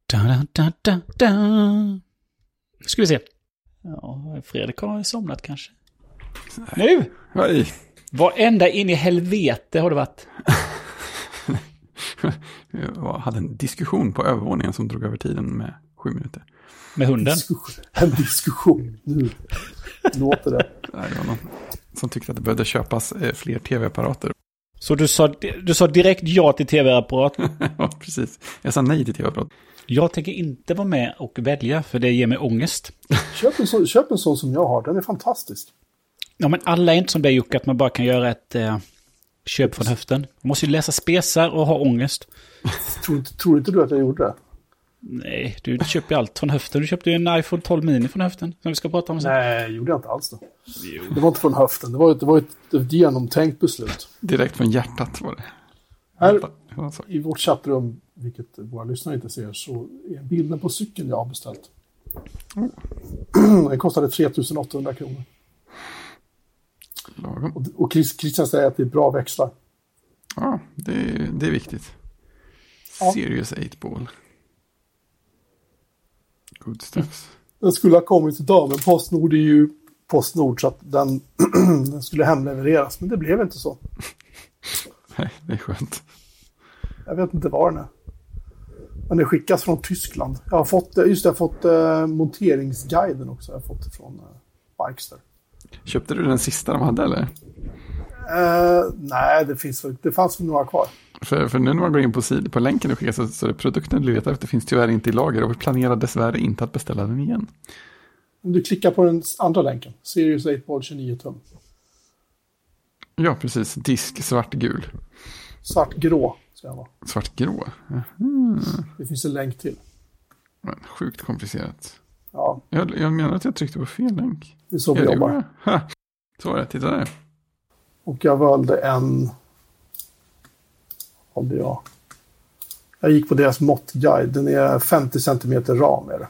Nu ska vi se. Ja, Fredrik har somnat kanske. Nu! Nej. Vad ända in i helvete har det varit? Jag hade en diskussion på övervåningen som drog över tiden med 7 minuter. Med hunden? En diskussion. Nu låter det. Det var någon som tyckte att det behövde köpas fler tv-apparater. Så du sa direkt ja till tv-apparat? Ja, precis. Jag sa nej till tv-apparat. Jag tänker inte vara med och välja, för det ger mig ångest. Köp en sån som jag har, den är fantastisk. Ja, men alla är inte som det, Jocke, att man bara kan göra ett köp från höften. Man måste ju läsa spesar och ha ångest. Tror inte du att jag gjorde det? Nej, du köper ju allt från höften. Du köpte ju en iPhone 12 mini från höften, som vi ska prata om sen. Nej, gjorde jag inte alls då. Jo. Det var inte från höften, det var ett genomtänkt beslut. Direkt från hjärtat var det. Här i vårt chattrum, vilket våra lyssnare inte ser, så är bilden på cykeln jag har beställt. Den kostade 3 800 kronor. Och Christian säger att det är bra växlar. Ja, det är viktigt. Ja. Serious 8-ball. Good stuff. Den skulle ha kommit idag, men Postnord är ju Postnord, så att den skulle hemlevereras. Men det blev inte så. Nej, det är skönt. Jag vet inte var den är. Men det skickas från Tyskland. Jag har fått monteringsguiden också. Jag har fått det från Bikester. Köpte du den sista de hade, eller? Nej, det fanns några kvar. För nu när man går in på länken och skickar så är produkten du letar efter finns tyvärr inte i lager och vi planerar dessvärre inte att beställa den igen. Om du klickar på den andra länken, Serious 8-ball 29 tum. Ja, precis. Disk svartgul. Svartgrå ska jag vara. Svartgrå? Det finns en länk till. Men, sjukt komplicerat. Ja. Jag menar att jag tryckte på fel länk. Det är så vi jobbar. Så var det, titta där. Och jag valde jag gick på deras måttguide. Den är 50 cm ram är det.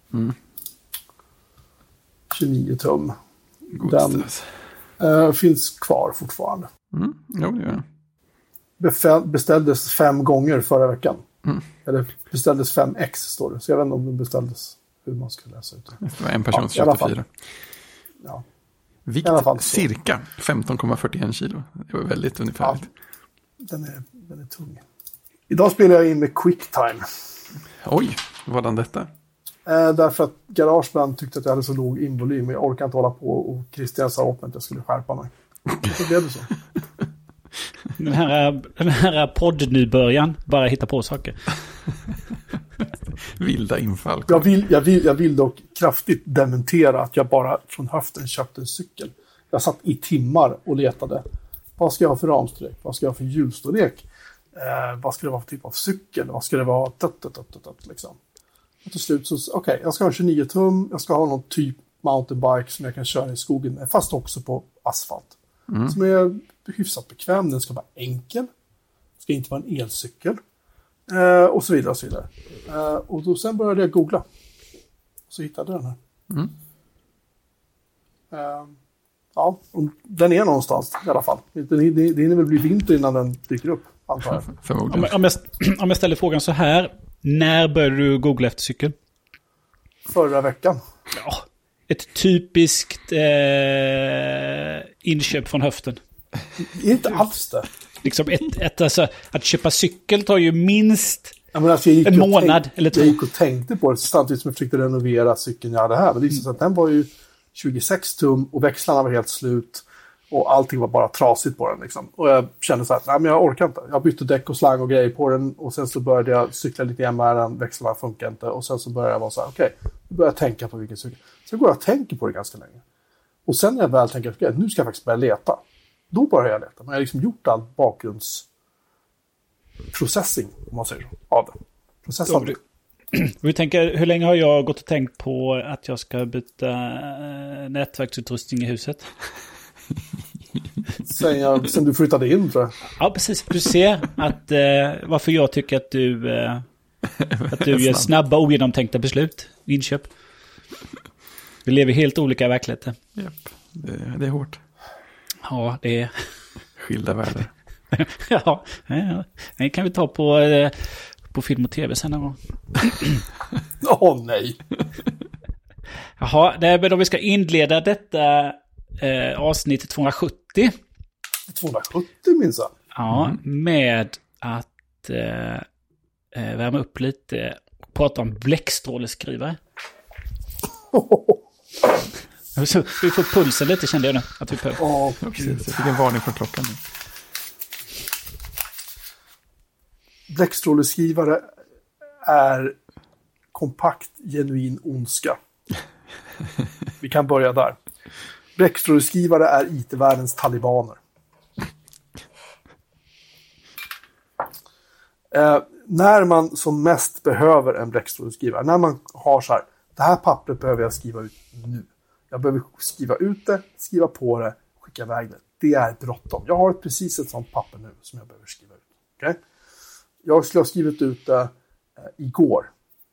29 tum. Den finns kvar fortfarande. Jo, det gör beställdes 5 gånger förra veckan. Eller beställdes 5x står det. Så jag vet inte om den beställdes hur man ska läsa ut det. Det var en person som köpte 4. Ja. Vikt cirka 15,41 kilo. Det var väldigt ungefärligt. Ja, den är tung. Idag spelar jag in med QuickTime. Oj, vadan detta? Därför att GarageBand tyckte att jag hade så låg involym. Jag orkar inte hålla på, och Christian sa åt mig att jag skulle skärpa mig. Så blev det så. Den här podd-nybörjan bara hitta på saker. Vilda infall. Jag vill dock kraftigt dementera att jag bara från höften köpte en cykel. Jag satt i timmar och letade. Vad ska jag ha för ramsträck? Vad ska jag ha för hjulstorlek? Vad ska det vara för typ av cykel? Vad ska det vara? Liksom. Och till slut så, jag ska ha 29 tum. Jag ska ha någon typ mountainbike som jag kan köra i skogen med. Fast också på asfalt. Som är hyfsat bekväm. Den ska vara enkel. Det ska inte vara en elcykel. Och så vidare och så vidare. Och då sen började jag googla. Så hittade jag den här. Ja, den är någonstans i alla fall. Det hinner väl bli vinter innan den dyker upp, antar jag. Förmodligen. Om jag ställer frågan så här. När började du googla efter cykel? Förra veckan. Ja, ett typiskt inköp från höften. Inte alls det. Liksom alltså, att köpa cykel tar ju minst en månad eller 2. Jag gick och tänkte på det samtidigt som jag försökte renovera cykeln jag hade här. Men det visade sig att den var ju 26 tum och växlarna var helt slut. Och allting var bara trasigt på den. Liksom. Och jag kände så här, nej men jag orkar inte. Jag bytte däck och slang och grejer på den. Och sen så började jag cykla lite igen med den. Växlarna funkar inte. Och sen så började jag vara så här, nu börjar jag tänka på vilken cykel. Så går jag och tänker på det ganska länge. Och sen när jag väl tänker, nu ska jag faktiskt börja leta. Då börjar jag leta. Men jag har liksom gjort all bakgrundsprocessing, om man säger så, av det. Processande. Hur länge har jag gått och tänkt på att jag ska byta nätverksutrustning i huset? Sen du flyttade in, tror jag. Ja, precis. Du ser att varför jag tycker att du gör snabba, ogenomtänkta beslut. Inköp. Vi lever helt olika verkligheter. Japp, det är hårt. Ja, det är... Skilda världar. Ja, det kan vi ta på på film och tv sen någon gång. Nej. Jaha, det är väl om vi ska inleda detta avsnitt 270. 270 minsann. Ja, med att värma upp lite och prata om bläckstråleskrivare. Så vi får pulsen lite, kände jag nu. Att vi ja, precis. Jag fick en varning från klockan nu. Bläckstråleskrivare är kompakt, genuin ondska. Vi kan börja där. Bläckstråleskrivare är IT-världens talibaner. När man som mest behöver en bläckstråleskrivare, när man har så här, det här pappret behöver jag skriva ut nu. Jag behöver skriva ut det, skriva på det, skicka iväg det. Det är bråttom. Jag har precis ett sånt papper nu som jag behöver skriva ut. Okay? Jag skulle ha skrivit ut det igår.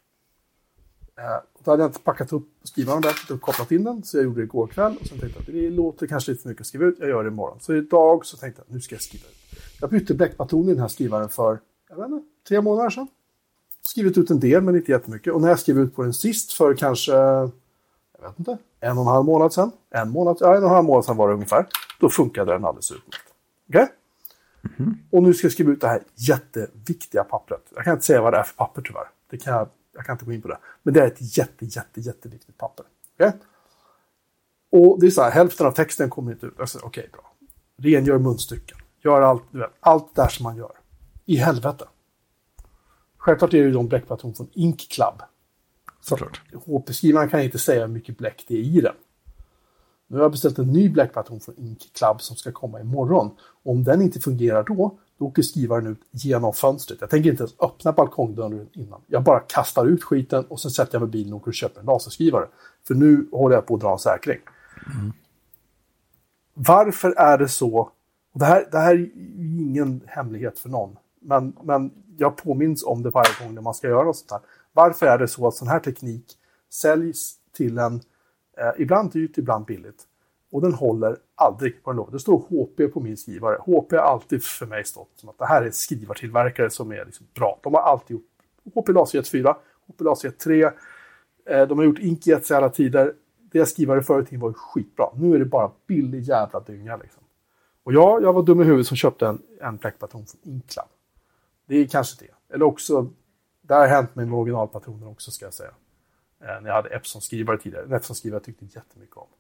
Då hade jag inte packat upp skrivaren där och kopplat in den, så jag gjorde det igår kväll. Och sen tänkte jag att det låter kanske lite för mycket att skriva ut, jag gör det imorgon. Så idag så tänkte jag att nu ska jag skriva ut. Jag bytte bläckpatron i den här skrivaren för, jag vet inte, 3 månader sedan. Skrivit ut en del, men inte jättemycket. Och när jag skrev ut på den sist för kanske, jag vet inte, 1,5 månad sedan. 1,5 månad sedan var det ungefär. Då funkade den alldeles utmärkt. Okej? Mm-hmm. Och nu ska jag skriva ut det här jätteviktiga pappret. Jag kan inte säga vad det är för papper tyvärr. Jag kan inte gå in på det. Men det är ett jätteviktigt papper. Okej? Och det är så här, hälften av texten kommer inte ut. Okej, bra. Rengör munstycken. Gör allt, du vet, allt där som man gör. I helvete. Självklart är det ju de bläckpatron från Ink Club. Så HP-skrivaren kan inte säga hur mycket bläck det är i den. Nu har jag beställt en ny bläckpatron från Ink Club som ska komma imorgon. Om den inte fungerar då åker skrivaren ut genom fönstret. Jag tänker inte ens öppna balkongdörren innan. Jag bara kastar ut skiten och sen sätter jag med bilen och åker och köper en laserskrivare. För nu håller jag på att dra en säkring. Mm. Varför är det så? Och det här är ingen hemlighet för någon. Men jag påminns om det varje gång när man ska göra något sånt här. Varför är det så att sån här teknik säljs till en ibland dyrt, ibland billigt. Och den håller aldrig på en låg. Det står HP på min skrivare. HP har alltid för mig stått som att det här är skrivartillverkare som är liksom bra. De har alltid gjort HP Laserjet 4, HP Laserjet 3. De har gjort Inkjet i alla tider. Deras skrivare förut var ju skitbra. Nu är det bara billig jävla dynga liksom. Och jag var dum i huvudet som köpte en bläckpatron från Ink Club. Det är kanske det. Eller också, det har hänt med originalpatroner också ska jag säga. När jag hade Epson-skrivare tidigare. En Epson-skrivare tyckte jättemycket om.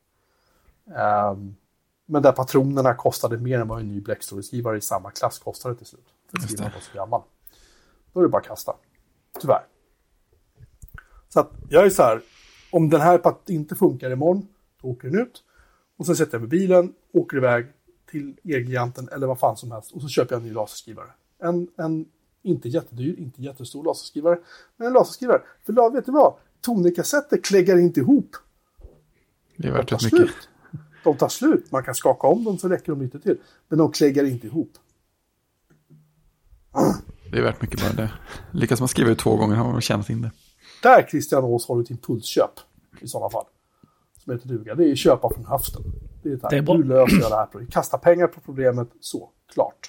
Men där patronerna kostade mer än vad en ny bläckstråleskrivare i samma klass kostade till slut. För att skrivaren var så gammal. Då är det bara att kasta. Tyvärr. Så att jag är så här. Om den här inte funkar imorgon, då åker den ut. Och sen sätter jag med bilen, åker iväg till Elgiganten eller vad fan som helst. Och så köper jag en ny laserskrivare. En inte jättedyr, inte jättestor laserskrivare. Men en laserskrivare. För vet du vad? Tonikassetter kläggar inte ihop. Det är värt ett mycket. De tar slut. Man kan skaka om dem så räcker de lite till. Men de kläggar inte ihop. Det är värt mycket bara det. Lyckas man skriva ut 2 gånger har man tjänat in det. Där Christian Ås har du till impulsköp i sådana fall. Som heter duga. Det är köpa från höften. Det är bra. Du löser det här. Kasta pengar på problemet. Så, klart.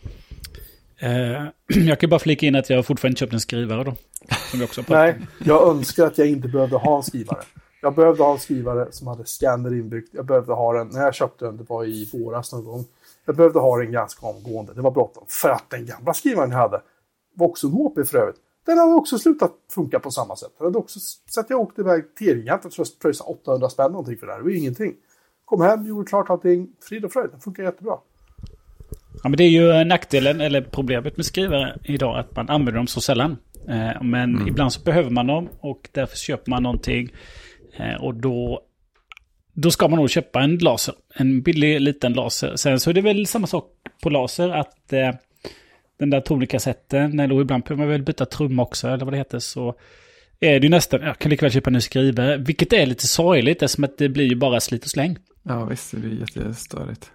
Jag kan bara flika in att jag fortfarande köpt en skrivare då. Som jag också Nej, jag önskar att jag inte behövde ha en skrivare. Jag behövde ha en skrivare som hade scanner inbyggt. Jag behövde ha den, när jag köpte den, det var i våras någon gång. Jag behövde ha den ganska omgående. Det var bråttom. För att den gamla skrivaren jag hade var också en HP för övrigt. Den hade också slutat funka på samma sätt. Den hade också, så att jag åkte iväg till Elgiganten för att pröjsa 800 spänn någonting för det här. Det var ingenting. Kom hem, gjorde klart allting. Frid och fröjd. Den funkar jättebra. Ja, men det är ju nackdelen eller problemet med skrivare idag att man använder dem så sällan. Men ibland så behöver man dem och därför köper man någonting. Och då ska man nog köpa en laser. En billig liten laser. Sen så är det väl samma sak på laser att den där tonikassetten, eller ibland behöver man väl byta trumma också eller vad det heter, så är det ju nästan, jag kan lika väl köpa en ny skrivare. Vilket är lite sorgligt eftersom att det blir ju bara slit och släng. Ja visst, det blir jättestörigt.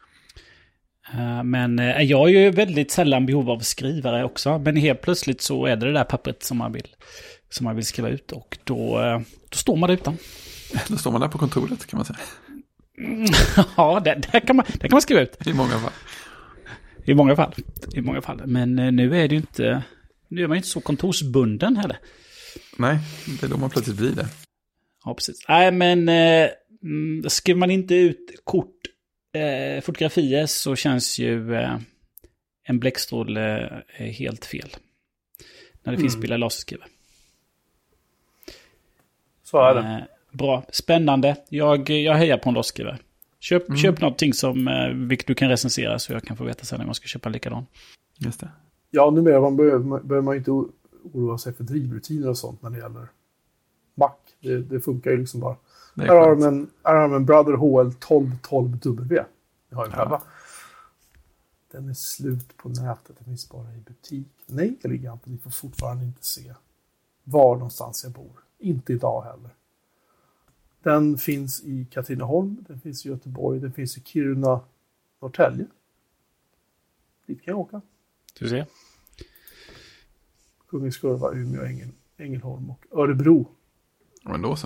Men jag är ju väldigt sällan behov av skrivare också. Men helt plötsligt så är det där pappret som man vill skriva ut. Och då står man där utan. Då står man där på kontoret kan man säga. Ja, där kan man skriva ut. I många fall. I många fall. Men nu är det ju inte nu är man inte så kontorsbunden heller. Nej, det är då man plötsligt blir det. Ja, precis. Nej, men skriver man inte ut fotografier så känns ju en bläckstråle helt fel. När det finns billiga laserskrivare. Så är det. Bra, spännande. Jag hejar på en laserskrivare. Köp någonting som vilket du kan recensera så jag kan få veta sen om jag ska köpa en likadan. Just det. Ja, numera behöver man inte oroa sig för drivrutiner och sånt när det gäller Mac. Det funkar ju liksom bara. Här har de en Brother HL 1212W. Jag har ju själva. Den är slut på nätet. Den finns bara i butik. Nej, det ligger inte. Ni får fortfarande inte se var någonstans jag bor. Inte idag heller. Den finns i Katrineholm. Den finns i Göteborg. Den finns i Kiruna, Norrtälje. Dit kan jag åka. Du ser. Kungens Kurva, Umeå, Ängelholm och Örebro. Men då så.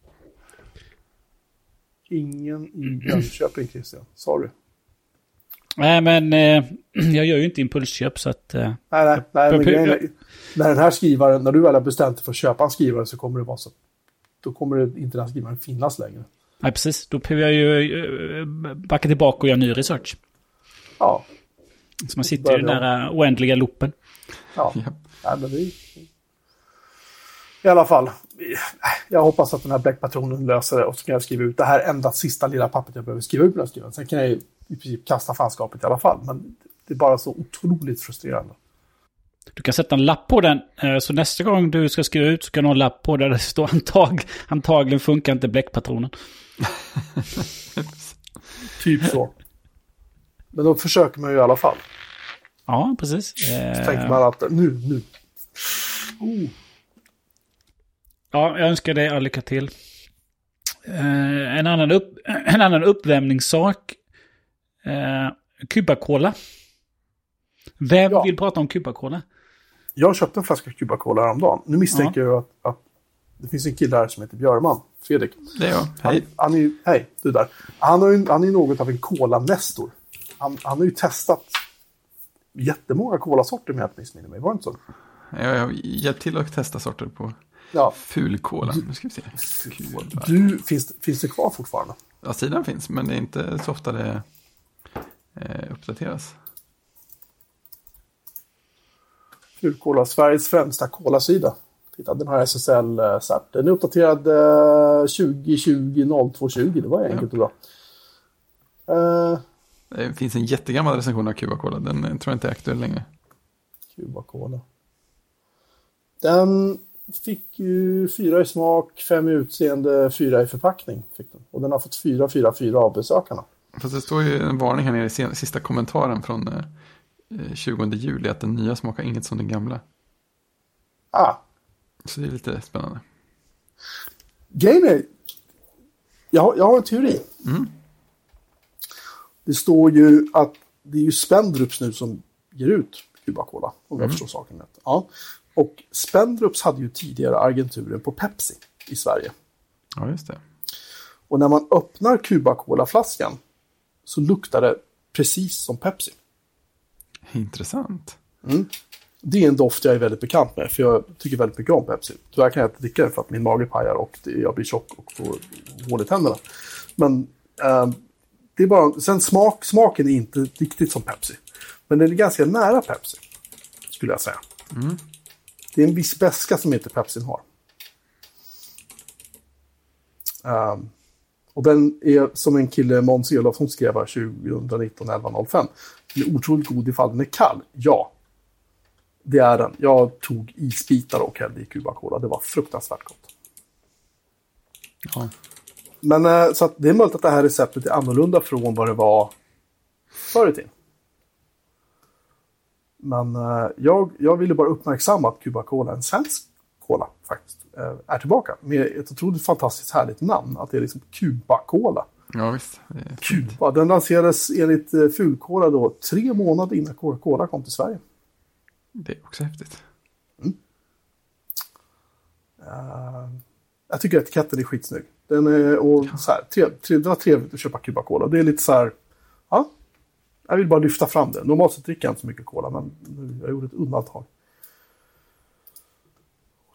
Ingen i Jönköping, Christian. Sorry. Nej, men jag gör ju inte impulsköp så att... Nej, men när den här skrivaren, när du väl har bestämt dig för att köpa en skrivare så kommer det vara så. Då kommer inte den här skrivaren finnas längre. Nej, precis. Då behöver jag ju backa tillbaka och göra ny research. Ja. Så man sitter i den där oändliga loopen. Ja, men det är... I alla fall, jag hoppas att den här bläckpatronen löser det och så kan jag skriva ut det här enda sista lilla pappret jag behöver skriva ut på den skrivaren. Sen kan jag i princip kasta fanskapet i alla fall, men det är bara så otroligt frustrerande. Du kan sätta en lapp på den, så nästa gång du ska skriva ut så kan du ha en lapp på där det står antagligen funkar inte bläckpatronen. Typ så. Men då försöker man ju i alla fall. Ja, precis. Så tänker man att nu. Ja, jag önskar dig all lycka till. En annan uppvärmningssak. Cuba-Cola. Vem vill prata om Cuba-Cola? Jag köpte en flaska Cuba-Cola häromdagen. Nu misstänker jag att det finns en kille här som heter Björman. Fredrik. Det är jag. Hej. Hej, du där. Han är ju något av en cola-nestor. Han har ju testat jättemånga colasorter med att missminna mig. Var det inte så? Jag har hjälpt till att testa sorter på fulkola. Nu ska vi se. Finns det kvar fortfarande? Ja, sidan finns, men det är inte så ofta det uppdateras. Fulkola, Sveriges främsta kolasida. Titta, den har SSL satt. Den är uppdaterad 2020-0220. Det var enkelt och bra. Det finns en jättegammal recension av Cuba-Cola. Den tror jag inte är aktuell längre. Cuba-Cola. Den fick ju 4 i smak, 5 i utseende, 4 i förpackning. Fick den. Och den har fått 4 av besökarna. Fast det står ju en varning här nere i sista kommentaren från 20 juli att den nya smakar inget som den gamla. Så det är lite spännande. Grejen är, jag har en teori. Det står ju att det är ju Spendrups nu som ger ut Cuba-Cola, om jag förstår saken rätt. Ja. Och Spendrups hade ju tidigare agenturen på Pepsi i Sverige. Ja, just det. Och när man öppnar Cuba-Cola-flaskan så luktar det precis som Pepsi. Intressant. Det är en doft jag är väldigt bekant med, för jag tycker väldigt mycket om Pepsi. Tyvärr kan jag inte dricka det för att min mage pajar och jag blir tjock och får hål i tänderna. Men det är bara... Sen smaken är inte riktigt som Pepsi. Men den är ganska nära Pepsi, skulle jag säga. Det är en viss beska som inte Pepsi har. Och den är som en kille, Måns Elofsson, skrev 2019-11-05. Den är otroligt god ifall den är kall. Ja, det är den. Jag tog isbitar och hällde i Cuba-Cola. Det var fruktansvärt gott. Ja. Men så att det är möjligt att det här receptet är annorlunda från vad det var förr i tiden. Men jag ville bara uppmärksamma att Cuba-Cola, en svensk cola faktiskt, är tillbaka. Med ett otroligt fantastiskt härligt namn. Att det är liksom Cuba-Cola. Ja, visst. Cuba. Den lanserades enligt Fulcola då 3 månader innan Coca-Cola kom till Sverige. Det är också häftigt. Jag tycker etiketten är skitsnygg. Den är så här, det var trevligt att köpa Cuba-Cola. Det är lite så här, jag vill bara lyfta fram det. Normalt så dricker jag inte så mycket cola, men jag gjorde ett undantag.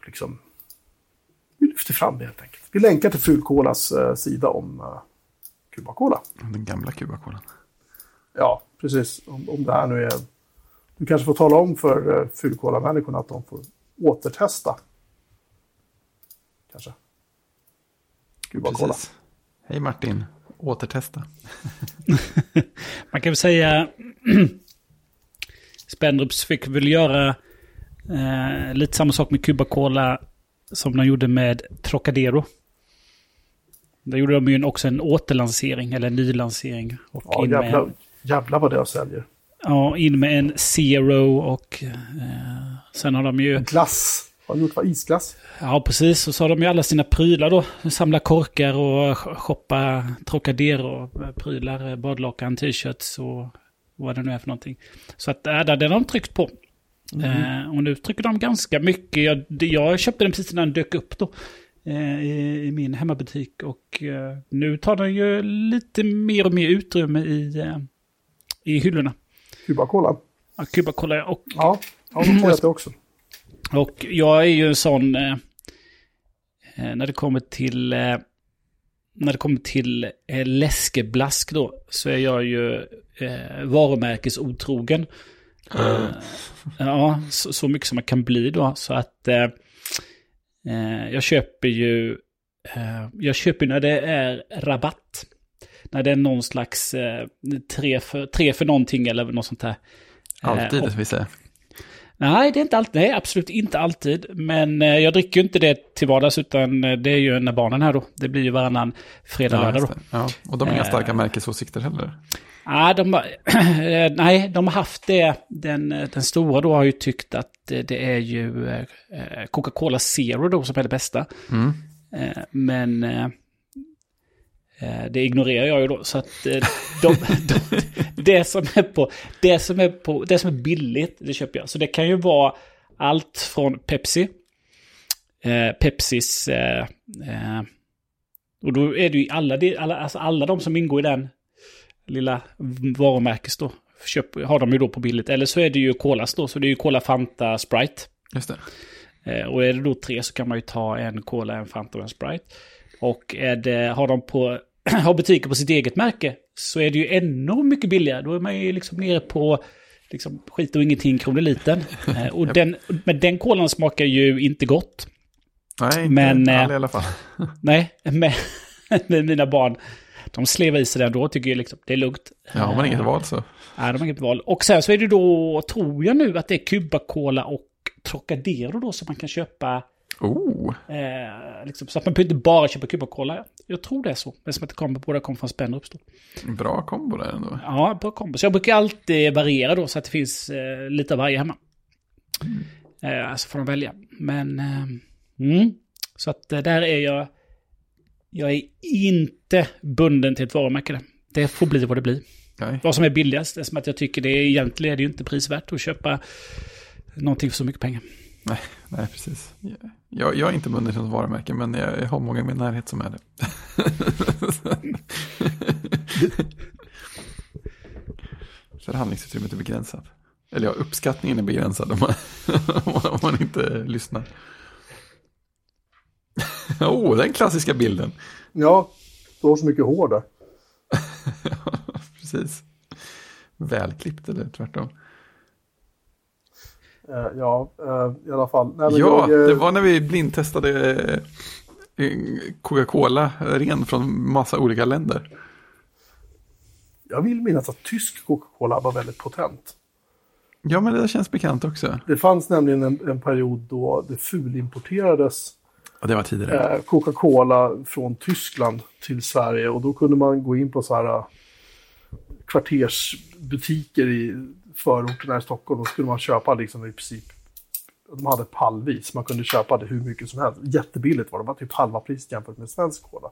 liksom vi lyfter fram det helt enkelt. Vi länkar till Fulkolas sida om Cuba Cola. Den gamla Cuba Cola. Ja, precis. Om det här nu är... Du kanske får tala om för Fulkola-människorna att de får återtesta. Kanske. Cuba Cola. Hej Martin, återtesta. Man kan väl säga Spendrups fick väl göra lite samma sak med Cuba Cola som de gjorde med Trocadero. Där gjorde de ju också en återlansering eller en nylansering. Och ja, jävla vad det jag säljer. Ja, in med en Zero och sen har de ju... Glass. Har de gjort vad? Isglass? Ja, precis. Och så har de ju alla sina prylar då. Samla korkar och shoppa Trocadero-prylar, badlakan, t-shirts och vad det nu är för någonting. Så att där har de tryckt på. Och nu trycker de ganska mycket. Jag köpte den precis när den dök upp då. I min hemmabutik. Och nu tar den ju lite mer och mer utrymme i hyllorna. Cuba Cola. Ja, Cuba Cola. Och, ja, de får det också. Och jag är ju en sån när det kommer till läskeblask då, så är jag ju varumärkesotrogen. Ja, så mycket som man kan bli då. Så att jag köper när det är rabatt. När det är någon slags 3 för någonting eller något sånt här. Alltid, vi säger. Nej, det är inte alltid. Nej, absolut inte alltid. Men jag dricker ju inte det till vardags, utan det är ju när barnen här då. Det blir ju varannan fredag, lördag då. Ja, och de har inga starka märkesåsikter heller. Nej, de har haft det. Den stora då har ju tyckt att det är ju Coca-Cola Zero då som är det bästa. Men det ignorerar jag ju då. Så att det som är billigt, det köper jag. Så det kan ju vara allt från Pepsi. Pepsis och då är det ju alla de som ingår i den lilla varumärkes då har de ju då på billigt. Eller så är det ju Colas då, så det är ju Cola, Fanta, Sprite. Just det. Och är det då 3 så kan man ju ta en Cola, en Fanta och en Sprite. Och har butiker på sitt eget märke så är det ju ännu mycket billigare. Då är man ju liksom nere på liksom skit och ingenting kronor liten. Och men den kolan smakar ju inte gott. Nej, inte i alla fall. Nej, men mina barn, de slevar i sig den då, tycker jag liksom, det är lugnt. Ja, har man inget val så. Nej, de har inget val. Och sen så är det då, tror jag nu, att det är Cuba Cola och Trocadero då som man kan köpa. Liksom, så att man behöver inte bara köpa Cuba Cola. Jag tror det är så. Men som att båda kommer från Spendrups då. Bra kombo där ändå. Ja, bra kombo. Så jag brukar alltid variera då så att det finns lite av varje hemma. Så får de välja. Men så att där är jag är inte bunden till ett varumärke. Det får bli vad det blir. Nej. Vad som är billigast. Det är som att jag tycker egentligen är det ju inte prisvärt att köpa någonting för så mycket pengar. Nej, precis. Jag är inte bunden till ett varumärke, men jag har många i min närhet som är det. Förhandlingsutrymmet är begränsat. Eller uppskattningen är begränsad om man inte lyssnar. Den klassiska bilden. Ja, det har så mycket hår där. Precis. Välklippt eller tvärtom. I alla fall. Det var när vi blindtestade Coca-Cola ren från massa olika länder. Jag vill minnas att tysk Coca-Cola var väldigt potent. Ja, men det känns bekant också. Det fanns nämligen en period då det fulimporterades det var tidigare. Coca-Cola från Tyskland till Sverige. Och då kunde man gå in på så här kvartersbutiker i förorterna i Stockholm. Och skulle man köpa liksom i princip, de hade pallvis. Man kunde köpa det hur mycket som helst. Jättebilligt var det. Var typ halva pris jämfört med svensk cola.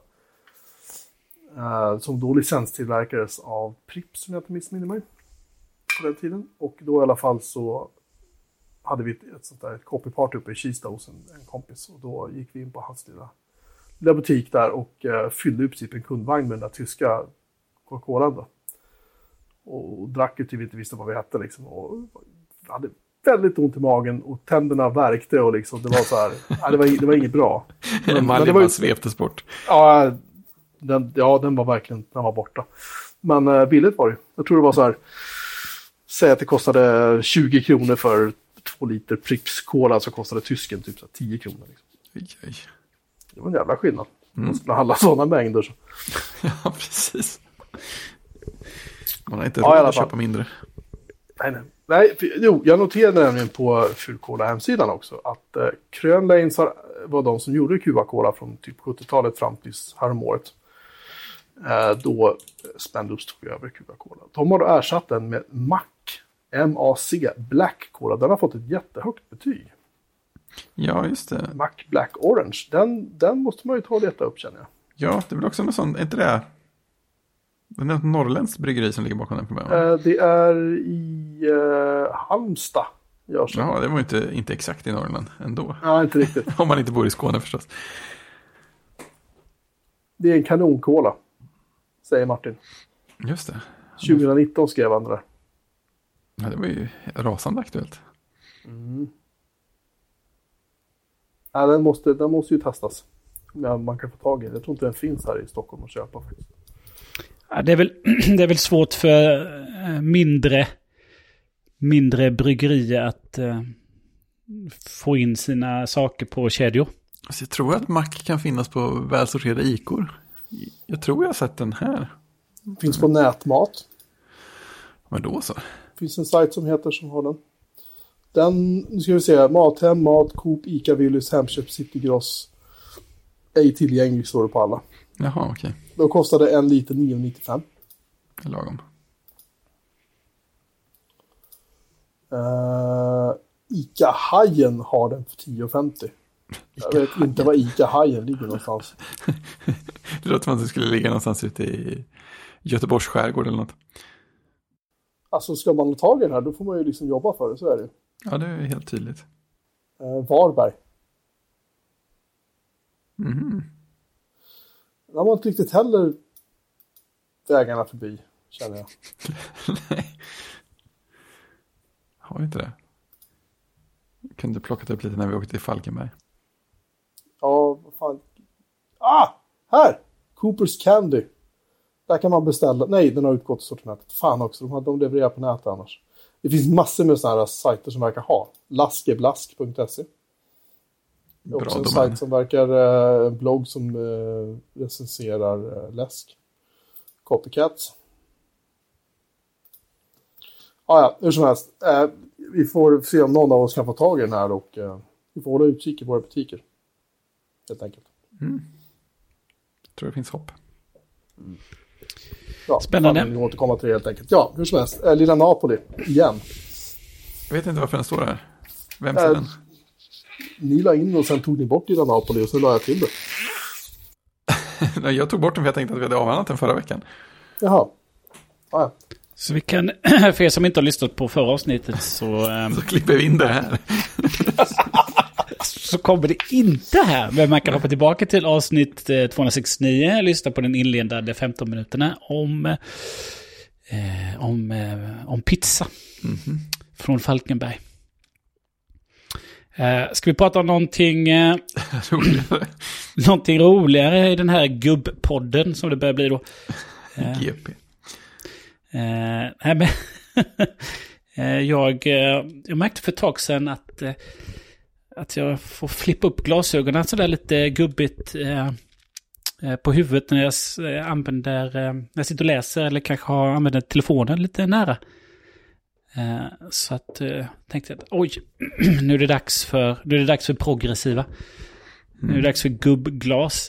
Som då licenstillverkades av Pripps, som jag inte missminner mig på den tiden. Och då i alla fall så hade vi ett sånt där copyparty uppe i Kista hos en kompis. Och då gick vi in på hans lilla butik där och fyllde i princip en kundvagn med den där tyska Coca-Cola då. Och drack ju till vi inte visste vad vi hette liksom. Och hade väldigt ont i magen och tänderna värkte och liksom, det var så här, det var inget bra. Men det var ju sveptes bort. Ja, den var verkligen, den var borta. Men billigt var det. Jag tror det var så här, säg att det kostade 20 kronor för 2 liter Pripps Cola, så kostade tysken typ så 10 kronor. Liksom. Det var en jävla skillnad. Man skulle handla sådana mängder. Så. Ja, precis. Man har inte råd att köpa mindre. Nej, jag noterade nämligen på Fulcola hemsidan också att Krön Lanes var de som gjorde Cuba Cola från typ 70-talet fram till häromåret. Då Spendrups tog över Cuba Cola. De har ersatt den med MAC Black Cola. Den har fått ett jättehögt betyg. Ja, just det. MAC Black Orange. Den måste man ju ta och leta upp, känner jag. Ja, det är väl också något sånt. Är inte det? Det är ett norrländskt bryggeri som ligger bakom den problemen. Det är i Halmstad. Ja, det var ju inte exakt i Norrland ändå. Ja, inte riktigt. Om man inte bor i Skåne förstås. Det är en kanonkola, säger Martin. Just det. 2019 skrev han det där. Ja, det var ju rasande aktuellt. Ja, den måste ju testas. Ja, man kan få tag i den. Jag tror inte den finns här i Stockholm att köpa faktiskt. Ja, det är väl svårt för mindre bryggerier att få in sina saker på kedjor. Alltså jag tror att Mac kan finnas på välsorterade ikor. Jag tror jag har sett den här. Finns på Nätmat. Men då så. Finns en sajt som har den. Nu ska vi se. Mathem, Coop, Ica, Willys, Hemköp, Citygross. Ej tillgänglig, står det på alla. Jaha, okej. Då kostade en liter 9,95. Lagom. Ica-hajen har den för 10,50. Jag vet inte var Ica-hajen ligger någonstans. Det låter som att det skulle ligga någonstans ute i Göteborgs skärgård eller något. Alltså ska man ta den här, då får man ju liksom jobba för det, så är det. Ja, det är helt tydligt. Varberg. Mhm. När man inte riktigt heller vägarna förbi, känner jag. Nej. Har vi inte det? Jag kunde plockat upp lite när vi åkte till Falkenberg. Ja, vad fan. Här! Coopers Candy. Där kan man beställa. Nej, den har utgått i sortimentet. Fan också, de levererar på nätet annars. Det finns massor med sådana här sajter som verkar ha. Laskeblask.se. Det är också en sajt som verkar, en blogg som recenserar läsk. Copycats. Ja, hur som helst. Vi får se om någon av oss kan få tag i den här och vi får hålla utkik i våra butiker. Helt enkelt. Jag tror det finns hopp. Ja, spännande. Vi återkomma till det helt enkelt. Ja, hur som helst. Lilla Napoli, igen. Jag vet inte varför den står där. Vem är den? Ni la in och sen tog ni bort Lilla Napoli och så la jag till det. Jag tog bort den för jag tänkte att vi hade avhandlat den förra veckan. Jaha. Ja. Så vi kan, för er som inte har lyssnat på förra avsnittet så klipper vi in det här. Så kommer det inte här. Men man kan hoppa tillbaka till avsnitt 269. Lyssna på den inledande 15 minuterna om pizza. Från Falkenberg. Ska vi prata om någonting roligare i den här gubbpodden som det börjar bli då? GP. Jag märkte för ett tag sedan att jag får flippa upp glasögonen så där lite gubbigt på huvudet när jag när jag sitter och läser eller kanske använder telefonen lite nära. Så att tänkte jag oj, nu är det dags för progressiva. Nu är det dags för gubbglas.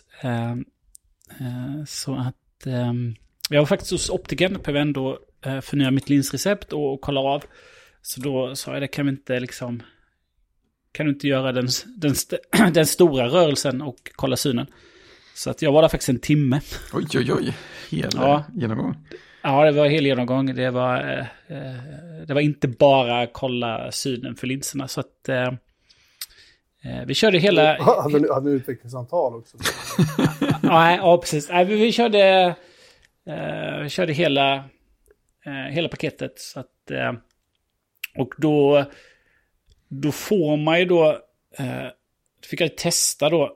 Så att jag var faktiskt hos optiken på ändå förnya mitt linsrecept och kolla av. Så då sa jag det, kan du inte göra den stora rörelsen och kolla synen. Så att jag var där faktiskt en timme. Oj. Hela genomgång. Ja, det var hel genomgång. Det var inte bara kolla synen för linserna. Så att vi körde hela... Hade ni utvecklingssamtal också? Ja, precis. Vi körde hela paketet. Så att, och då då får man ju då, fick jag testa då,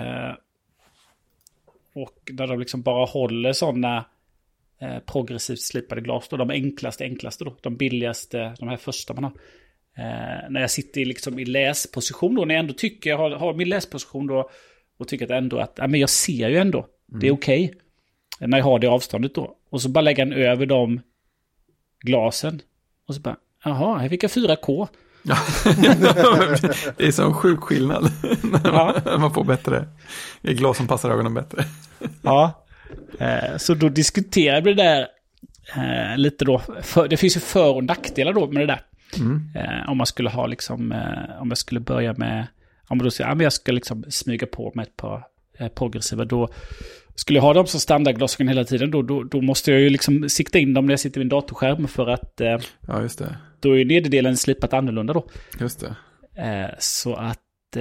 och där de liksom bara håller sådana progressivt slipade glas då, de enklaste då, de billigaste, de här första man har. När jag sitter liksom i läsposition då, när jag ändå tycker jag har min läsposition då, och tycker att ändå att men jag ser ju ändå, det är okej. När jag har det avståndet då, och så bara lägga den över de glasen och så bara, jaha, här fick jag 4K. Ja. Det är så en sjuk skillnad när man får bättre glas som passar ögonen bättre. Ja, så då diskuterar vi det där lite då. Det finns ju för- och nackdelar då med det där. Om man skulle ha liksom, om jag skulle börja med, om man då säger, jag ska liksom smyga på med ett par progressiva, då skulle jag ha dem som standardglasögon hela tiden, då måste jag ju liksom sikta in dem när jag sitter vid en datorskärm, för att ja, just det. Då är nederdelen slipat annorlunda då. Just det. Så att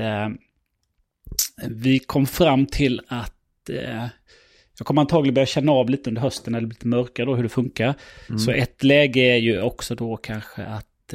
vi kom fram till att jag kommer antagligen börja känna av lite under hösten när det blir lite mörkare då, hur det funkar. Så ett läge är ju också då kanske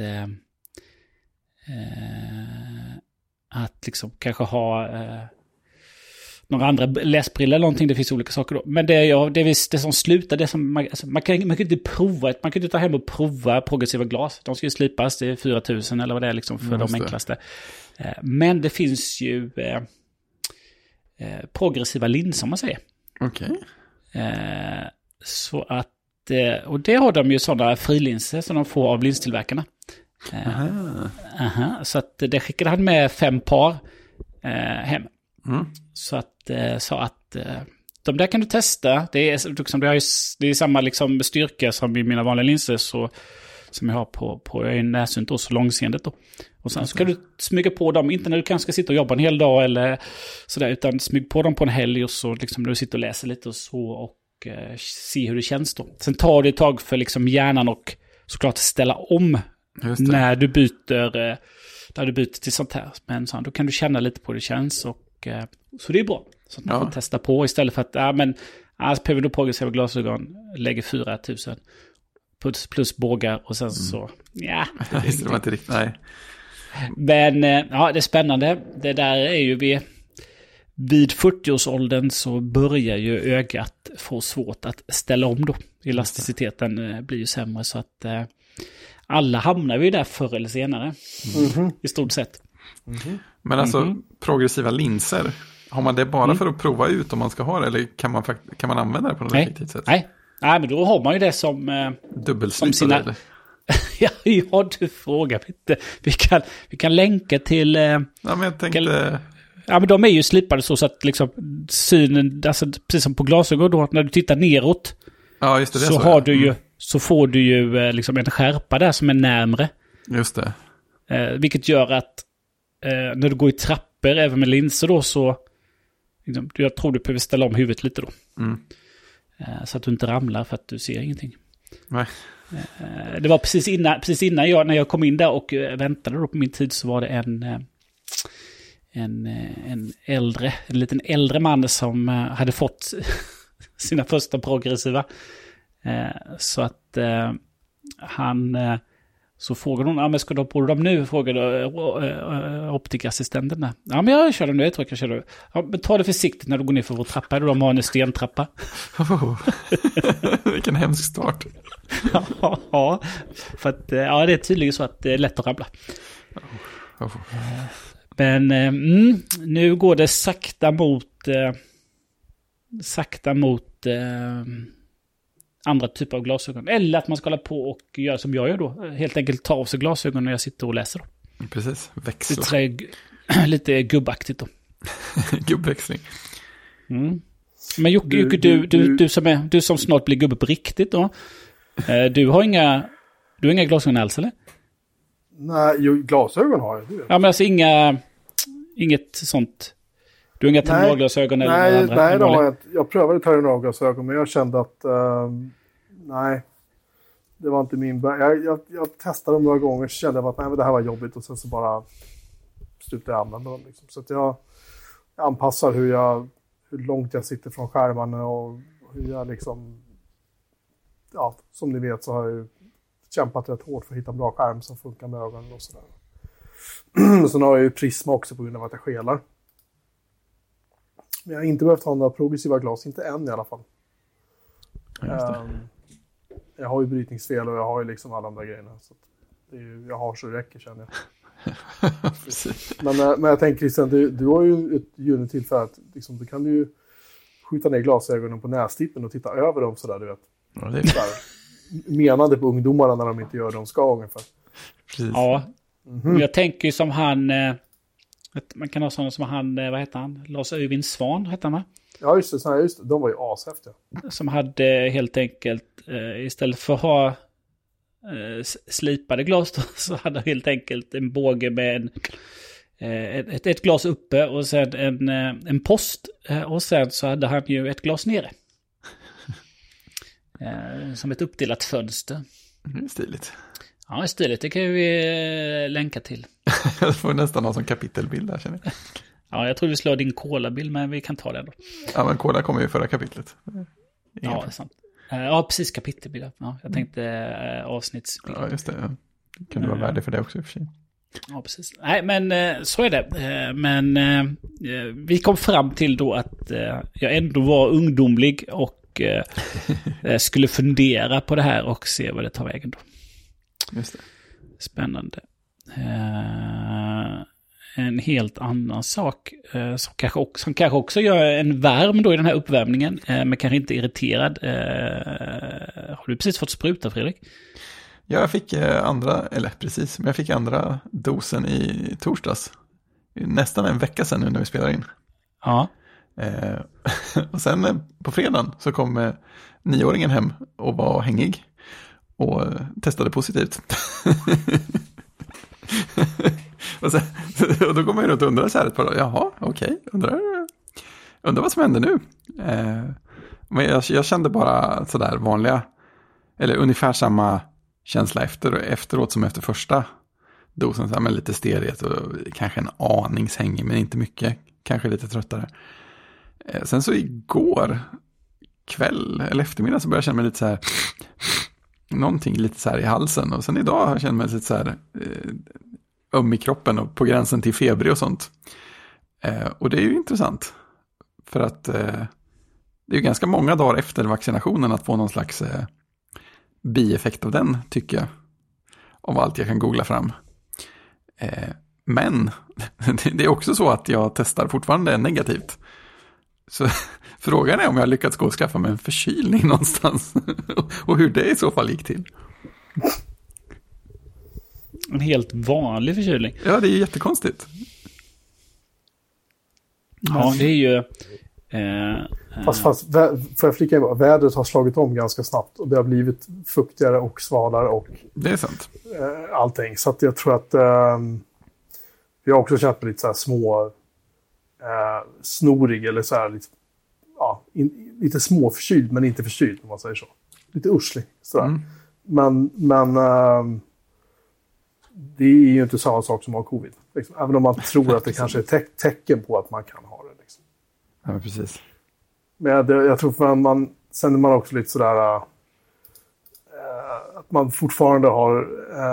att liksom kanske ha några andra läsbriller eller någonting, det finns olika saker då. Men det som slutar, det som man kan inte prova, man kan inte ta hem och prova progressiva glas. De ska ju slipas, det är 4000 eller vad det är liksom för de enklaste. Men det finns ju progressiva linser, om man säger. Okej. Så att, och det har de ju sådana frilinser som de får av linstillverkarna. Så att det skickade han med 5 par hem. Så att de där kan du testa. Det är samma liksom styrka som i mina vanliga linser, så som jag har på nässynt och så långseendet då. Och sen så kan du smyga på dem, inte när du kanske ska sitta och jobba en hel dag eller sådär, utan smyg på dem på en helg och så liksom när du sitter och läser lite och så, och se hur det känns då. Sen tar det ett tag för liksom hjärnan och såklart ställa om när du byter till sånt här. Men så, då kan du känna lite på hur det känns, och så det är bra. Så att man får testa på istället för att behöver du progressiva glasögon, lägger 4000 plus bågar och sen så det var inte riktigt, nej. Men det är spännande. Det där är ju vid 40-årsåldern så börjar ju ögat få svårt att ställa om då. Elasticiteten blir ju sämre, så att alla hamnar ju där förr eller senare. I stort sett. Men alltså progressiva linser, har man det bara för att prova ut om man ska ha det, eller kan man använda det på något effektivt sätt? Nej, men då har man ju det som dubbelslipare eller? Ja, du frågar inte. Vi kan länka till men jag tänkte men de är ju slipade så att liksom synen, alltså precis som på glasögon då, när du tittar neråt. Ja, just det, så har du ju, så får du ju liksom en skärpa där som är närmre. Just det. Vilket gör att när du går i trappor även med linser då, så liksom, jag tror du behöver ställa om huvudet lite då. Så att du inte ramlar, för att du ser ingenting. Nej. Det var precis innan när jag kom in där och väntade då på min tid, så var det en liten äldre man som hade fått sina första progressiva. Så att han så frågade hon, men ska du ha på dem nu? Frågade optikassistenten. Ja, men jag kör dem nu, jag tror jag kan köra dem. Ja, men ta det försiktigt när du går ner för vår trappa. De har en stentrappa. Vilken hemsk start. Ja, för att det är tydligen så att det är lätt att ramla. Men nu går det sakta mot andra typer av glasögon. Eller att man ska hålla på och göra som jag gör då. Helt enkelt ta av sig glasögon när jag sitter och läser. Precis, växla. Lite gubbaktigt då. Gubbväxling. Men Jocke, du som snart blir gubbe på riktigt då. Du har inga glasögon alls, eller? Nej, glasögon har jag. Ja, men alltså inget sånt. Du har inga terminalglasögon eller andra? Nej, det har jag inte. Jag prövade terminalglasögon, men jag kände att nej, det var inte min jag testade dem några gånger, så kände jag att men det här var jobbigt, och sen så bara slutade jag använda dem. Liksom. Så att jag anpassar hur långt jag sitter från skärmarna, och hur jag liksom, som ni vet så har jag ju kämpat rätt hårt för att hitta en bra skärm som funkar med ögonen och sådär. Sen har jag ju Prisma också på grund av att jag skelar. Men jag har inte behövt ha några progressiva glas, inte än i alla fall. Jag har ju brytningsfel och jag har ju liksom alla de där grejerna. Så det är ju, jag har så det räcker, känner jag. men jag tänker Christian, du har ju ett gyllene tillfälle att liksom, du kan ju skjuta ner glasögonen på nästippen och titta över dem sådär, du vet. Ja, det är det. Menande på ungdomarna när de inte gör det de ska ungefär. Precis. Ja, jag tänker ju som han, man kan ha sådana som han, vad heter han? Lars Öyvind Svan heter han, va? Ja, just det. De var ju ashäftiga. Som hade helt enkelt, istället för att ha slipade glas då, så hade han helt enkelt en båge med ett glas uppe och sen en post. Och sen så hade han ju ett glas nere. Som ett uppdelat fönster. Det är stiligt. Ja, det är stiligt. Det kan vi länka till. Jag får nästan ha som kapitelbild där, känner jag. Ja, jag tror vi slår din Cola-bild, men vi kan ta den då. Ja, men Cola kommer ju i förra kapitlet. Ja, det är sant. Ja, precis, kapitelbild. Ja, jag tänkte avsnittsbild. Ja, just det. Ja. Det kan vara värde för det också i och för sig. Ja, precis. Nej, men så är det. Men vi kom fram till då att jag ändå var ungdomlig och skulle fundera på det här och se vad det tar vägen då. Just det. Spännande. En helt annan sak som kanske också gör en värm då i den här uppvärmningen, men kanske inte irriterad. Har du precis fått spruta, Fredrik? Ja, jag fick jag fick andra dosen i torsdags. Nästan en vecka sedan nu när vi spelar in. Ja. Och sen på fredagen så kom 9-åringen hem och var hängig och testade positivt. och då kommer jag runt och undrar så här ett par dagar. Jaha, okej. Undrar vad som händer nu. Men jag kände bara sådär vanliga, eller ungefär samma känsla efteråt som efter första dosen. Så här, med lite stelhet och kanske en aningshängig, men inte mycket. Kanske lite tröttare. Sen så igår kväll eller eftermiddag så började jag känna mig lite så här, någonting lite så här i halsen. Och sen idag har jag känt mig lite så här öm i kroppen och på gränsen till febrig och sånt. Och det är ju intressant. För att det är ju ganska många dagar efter vaccinationen att få någon slags bieffekt av den, tycker jag. Av allt jag kan googla fram. Men det är också så att jag testar fortfarande negativt. Så frågan är om jag har lyckats gå och skaffa mig en förkylning någonstans. Och hur det i så fall gick till. En helt vanlig förkylning. Ja, det är ju jättekonstigt. Ja, det är ju... Fast får jag flika in, vädret har slagit om ganska snabbt och det har blivit fuktigare och svalare och det är sant. Allting. Så att jag tror att vi har också känt mig lite så här små snorig eller så här lite, lite småförkyld men inte förkyld om man säger så. Lite urslig sådär. Men det är ju inte samma sak som att ha covid. Liksom. Även om man tror att det kanske är tecken på att man kan ha det. Liksom. Ja, precis. Men jag tror att sen är man också lite sådär att man fortfarande har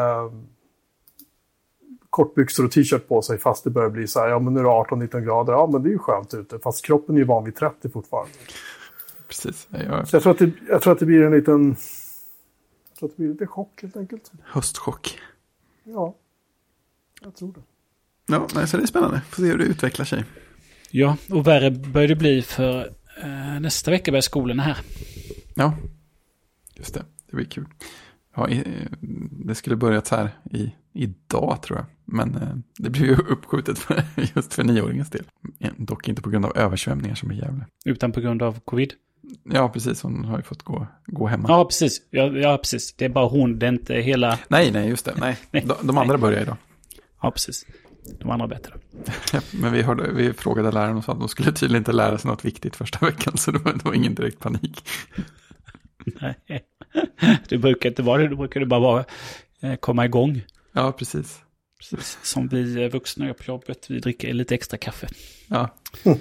kortbyxor och t-shirt på sig fast det börjar bli så här, ja men nu är det 18-19 grader, ja men det är ju skönt ute, fast kroppen är ju van vid 30 fortfarande. Precis. Så jag tror att det blir en liten lite chock helt enkelt. Höstchock. Ja, jag tror det. Ja, så det är spännande. Får se hur det utvecklar sig. Ja, och värre börjar det bli för nästa vecka börjar skolan här. Ja, just det. Det blir kul. Ja, det skulle börjat så här idag tror jag. Men det blir ju uppskjutet just för 9-åringens del. Dock inte på grund av översvämningar som är jävla. Utan på grund av covid? Ja, precis. Hon har ju fått gå hemma. Ja, precis. Ja, precis. Det är bara hon, det är inte hela... Nej, just det. Nej. De andra börjar idag. Ja, precis. De andra bättre. Men vi frågade läraren och sa att de skulle tydligen inte lära sig något viktigt första veckan. Så det var ingen direkt panik. Nej. Det brukar inte vara det. Då brukar det bara vara komma igång. Ja, precis. Som vi vuxna gör på jobbet. Vi dricker lite extra kaffe. Ja.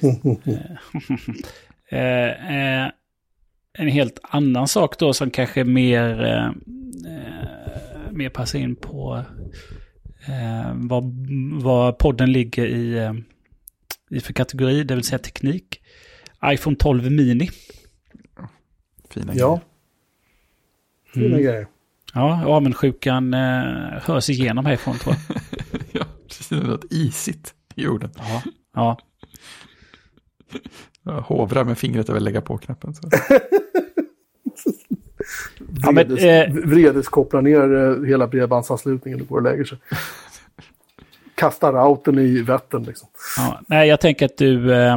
En helt annan sak då som kanske mer passar in på vad podden ligger i för kategori, det vill säga teknik. iPhone 12 mini. Fina grejer. Fina grejer. Ja, avundsjukan hörs igenom härifrån, tror jag. Ja, precis. Något isigt i jorden. Ja. Jag hovrar med fingret över lägga på knappen. Så. Vredes kopplar ner hela bredbandsanslutningen och går och lägger sig. Kastar routern i Vättern liksom. Ja, nej, jag tänker att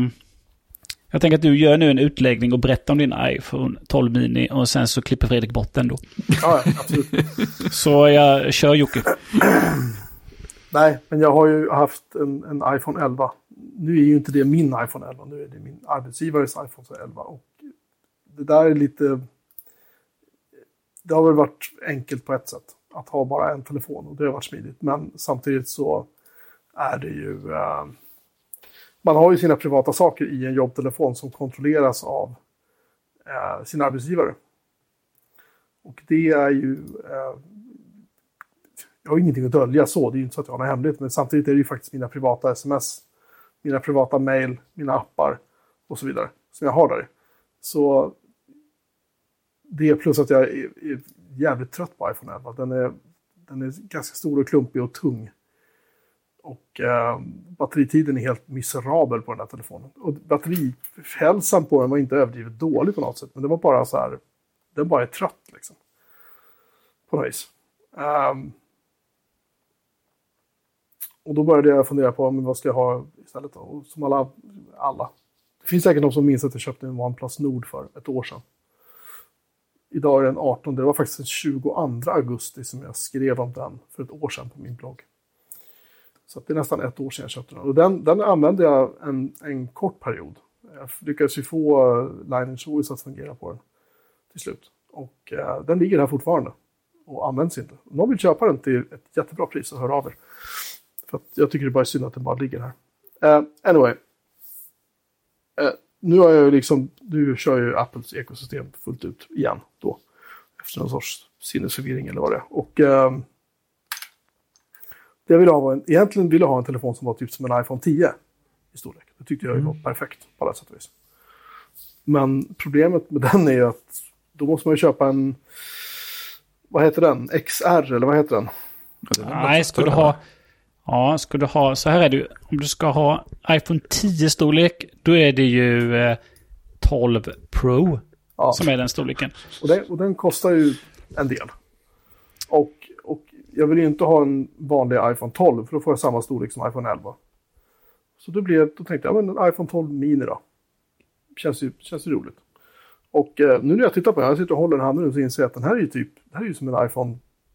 du gör nu en utläggning och berättar om din iPhone 12 mini och sen så klipper Fredrik bort den då. Ja, absolut. Så jag kör Jocke. Nej, men jag har ju haft en iPhone 11. Nu är ju inte det min iPhone 11, nu är det min arbetsgivares iPhone 11. Och det där är lite... Det har väl varit enkelt på ett sätt att ha bara en telefon och det har varit smidigt. Men samtidigt så är det ju... Man har ju sina privata saker i en jobbtelefon som kontrolleras av sin arbetsgivare. Och det är ju... jag har ingenting att dölja så, det är ju inte så att jag har något hemligt. Men samtidigt är det ju faktiskt mina privata sms, mina privata mail, mina appar och så vidare som jag har där. Så det är plus att jag är jävligt trött på iPhone 11. Den är ganska stor och klumpig och tung. Och batteritiden är helt miserabel på den här telefonen. Och batterihälsan på den var inte överdrivet dålig på något sätt. Men det var bara så här, den bara är trött liksom. På något vis. Och då började jag fundera på vad ska jag ha istället då? Och som alla. Det finns säkert någon som minns att jag köpte en OnePlus Nord för ett år sedan. Idag är den 18. Det var faktiskt den 22 augusti som jag skrev om den för ett år sedan på min blogg. Så det är nästan ett år sedan jag köpte den. Och den använde jag en kort period. Jag lyckades ju få Lineage OS att fungera på den till slut. Och den ligger här fortfarande och används inte. Om någon vill köpa den till ett jättebra pris så hör av er. För att jag tycker det bara är synd att den bara ligger här. Anyway. Nu kör ju Apples ekosystem fullt ut igen då. Efter någon sorts sinnesförvirring eller vad det är. Och det egentligen ville ha en telefon som var typ som en iPhone 10 i storlek. Det tyckte jag var perfekt på alla sätt och vis. Men problemet med den är ju att då måste man ju köpa en, vad heter den? XR eller vad heter den? Nej, ska du ha, så här är det ju. Om du ska ha iPhone 10 storlek, då är det ju 12 Pro som är den storleken. Och den kostar ju en del. Och jag vill ju inte ha en vanlig iPhone 12 för då får jag samma storlek som iPhone 11. Så då tänkte jag, men en iPhone 12 mini då. Känns ju roligt. Och nu när jag tittar på den, jag sitter och håller den handen så inser jag att den här är ju som en iPhone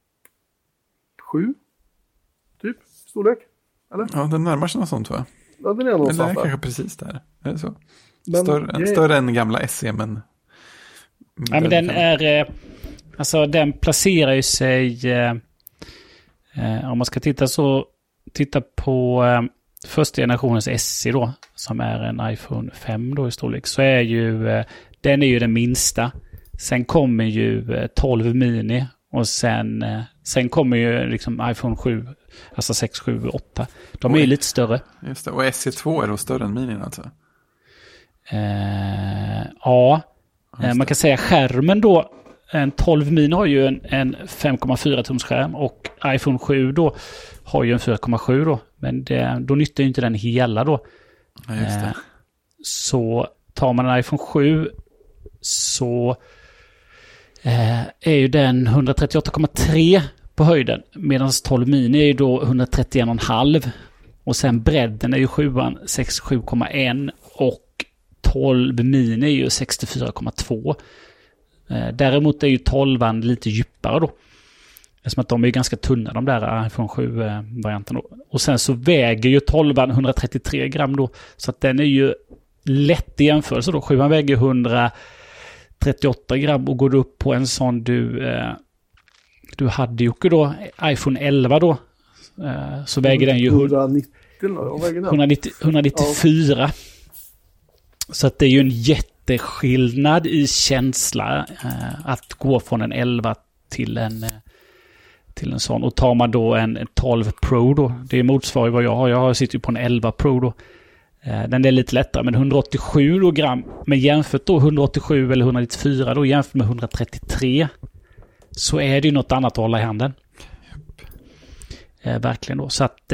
7 typ storlek. Eller? Ja, den närmar sig något sånt, va? Ja, den är någonstans där. Eller kanske precis där. Är det så? Men större än gamla SE, men... Ja, men den är... Alltså, den placerar ju sig... om man ska titta på första generationens SE då, som är en iPhone 5 då i storlek, så är ju... den är ju den minsta. Sen kommer ju 12 mini och sen kommer ju liksom iPhone 7, alltså 6, 7, 8. De är ju lite större. Just det, och SE2 är då större än minin alltså? Ja, man kan säga skärmen då, en 12 mini har ju en 5,4 tums skärm och iPhone 7 då har ju en 4,7 då. Men då nyttjar ju inte den hela då. Ja, just det. Så tar man en iPhone 7 så är ju den 138,3 på höjden. Medan 12 mini är ju då 131,5. Och sen bredden är ju 7an 67,1 och 12 mini är ju 64,2. Däremot är ju 12an lite djupare då. Eftersom att de är ganska tunna, de där iPhone 7-varianterna. Och sen så väger ju 12an 133 gram då. Så att den är ju lätt i jämförelse då. 7an väger 138 gram och går du upp på en sån du hade ju då, iPhone 11 då. Så väger den ju 194. Ja. Så att det är ju en jätteskillnad i känsla att gå från en 11 till till en sån. Och tar man då en 12 Pro då, det motsvarar vad jag har. Jag sitter ju på en 11 Pro då. Den är lite lättare, men 187 då gram. Men jämfört då 187 eller 194 då jämfört med 133 så är det ju något annat att hålla i handen. Verkligen då. Så att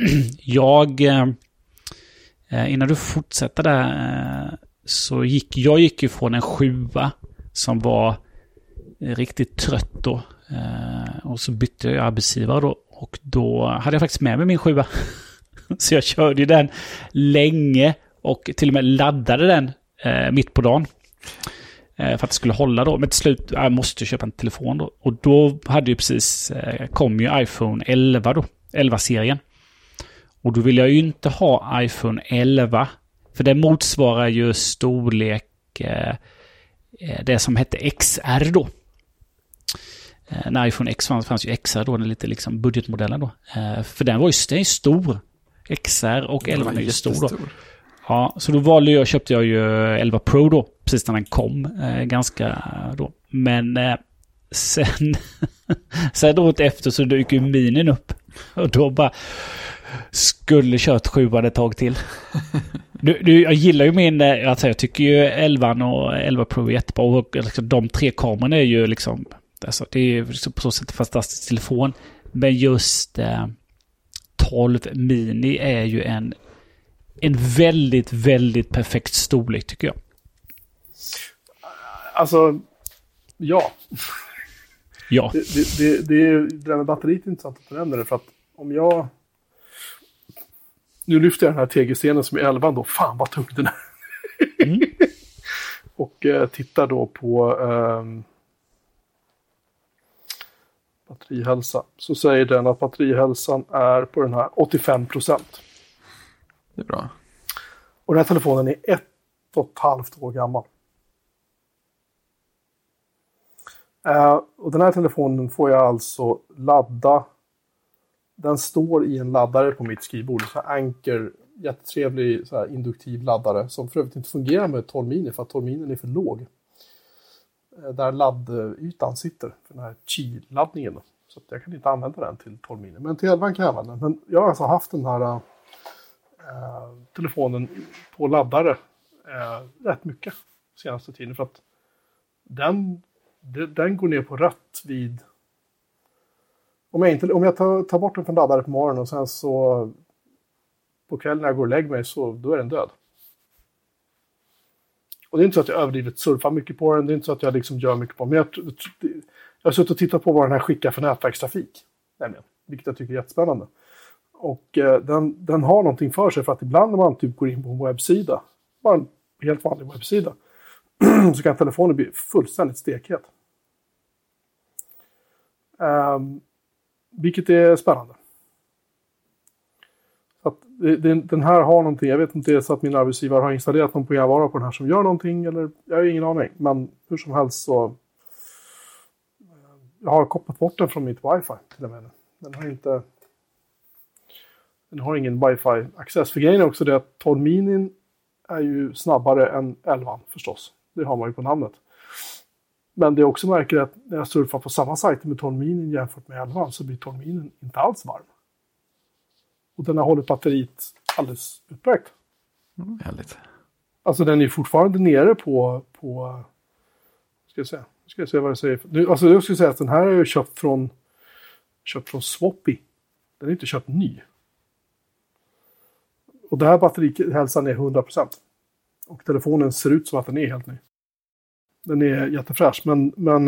innan du fortsätter där så gick ju från en 7 som var riktigt trött då. Och så bytte jag arbetsgivare då. Och då hade jag faktiskt med mig min 7. Så jag körde ju den länge och till och med laddade den mitt på dagen. För att det skulle hålla då. Men till slut, jag måste köpa en telefon då. Och då hade ju precis, kom ju iPhone 11 då. 11-serien. Och då vill jag ju inte ha iPhone 11. För det motsvarar ju storlek det som hette XR då. När iPhone X fanns ju XR då, den lite liksom budgetmodellen då. För den var ju stor. XR och 11 är ju stor då. Ja, så då köpte jag ju 11 Pro då, precis när den kom. Ganska då. Men sen då efter så dyker ju minin upp. Och då bara skulle kört 7 ett tag till. Jag gillar ju jag tycker ju 11 och 11 Pro är jättebra. Och liksom, de 3 kamerorna är ju liksom, alltså, det är liksom på så sätt en fantastisk telefon. Men just 12 mini är ju en väldigt, väldigt perfekt storlek tycker jag. Alltså, ja. Ja. Det där med batteriet är intressant att du nämner det, för att om jag... Nu lyfter jag den här tegelstenen som är 11 då. Fan vad tung den är. Och tittar då på batterihälsa. Så säger den att batterihälsan är på den här 85%. Det är bra. Och den här telefonen är 1,5 år gammal. Och den här telefonen får jag alltså ladda. Den står i en laddare på mitt skrivbord. Så här Anker, jättetrevlig så här induktiv laddare. Som för övrigt inte fungerar med 12 mini för att 12 mini är för låg. Där laddytan sitter för den här Qi-laddningen. Så att jag kan inte använda den till 12 mini. Men till 11 kan jag använda den. Men jag har alltså haft den här telefonen på laddare rätt mycket senaste tiden. För att den går ner på rött vid... Om jag tar bort den från laddare på morgonen och sen så på kvällen när jag går och lägger mig så då är den död. Och det är inte så att jag överdrivet surfar mycket på den. Det är inte så att jag liksom gör mycket på den. Men jag har suttit och tittat på vad den här skickar för nätverkstrafik. Nämligen, vilket jag tycker är jättespännande. Och den har någonting för sig för att ibland när man typ går in på en webbsida, bara en helt vanlig webbsida, så kan telefonen bli fullständigt stekhet. Vilket är spännande. Så att den här har någonting, jag vet inte så att min arbetsgivare har installerat någon programvara på den här som gör någonting, eller jag har ingen aning. Men hur som helst så jag har kopplat bort den från mitt wifi till och med. Den har ingen wifi-access. För grejen är också det att 12 minin är ju snabbare än 11 förstås. Det har man ju på namnet. Men det är också märker att när jag surfar på samma sajt med 12 minin jämfört med 11 så blir 12 minin inte alls varm. Och den har hållit batteriet alldeles utmärkt. Härligt. Alltså den är fortfarande nere på ska jag se vad det säger. Alltså jag skulle säga att den här är ju köpt från Swappy. Den är inte köpt ny. Och det här batterihälsan är 100%. Och telefonen ser ut som att den är helt ny. Den är jättefräsch. Men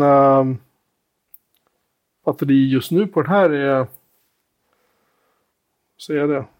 batteri just nu på den här är... Så är det.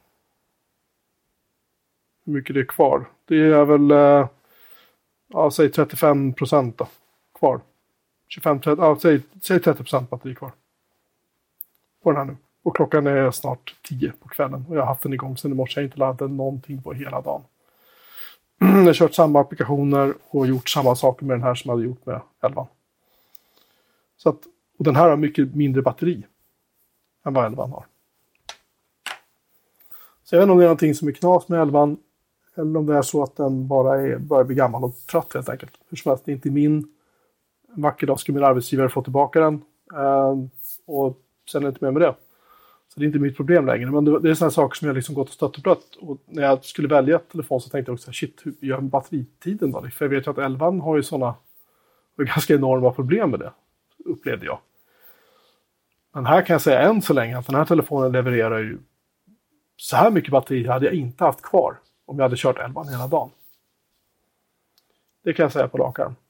Hur mycket det är kvar? Det är väl... säg 35% då. Kvar. 25-30... säg 30% batteri kvar. På den här nu. Och klockan är snart 10 på kvällen. Och jag har haft den igång sedan i morse. Jag har inte laddat någonting på hela dagen. Jag har kört samma applikationer och gjort samma saker med den här som jag hade gjort med 11. Så att, och den här har mycket mindre batteri än vad 11 har. Så jag vet inte om det är någonting som är knas med 11 eller om det är så att den bara börjar bli gammal och trött helt enkelt. Hur som helst, det är inte min. En vacker dag skulle min arbetsgivare få tillbaka den och sen är det inte med det. Så det är inte mitt problem längre. Men det är sådana saker som jag liksom gått och stött och blött. Och när jag skulle välja telefon så tänkte jag också, shit, hur gör jag batteritiden då? För jag vet ju att 11 har ju sådana ganska enorma problem med det, upplevde jag. Men här kan jag säga än så länge att den här telefonen levererar ju så här mycket batteri hade jag inte haft kvar om jag hade kört 11 hela dagen. Det kan jag säga på rak arm.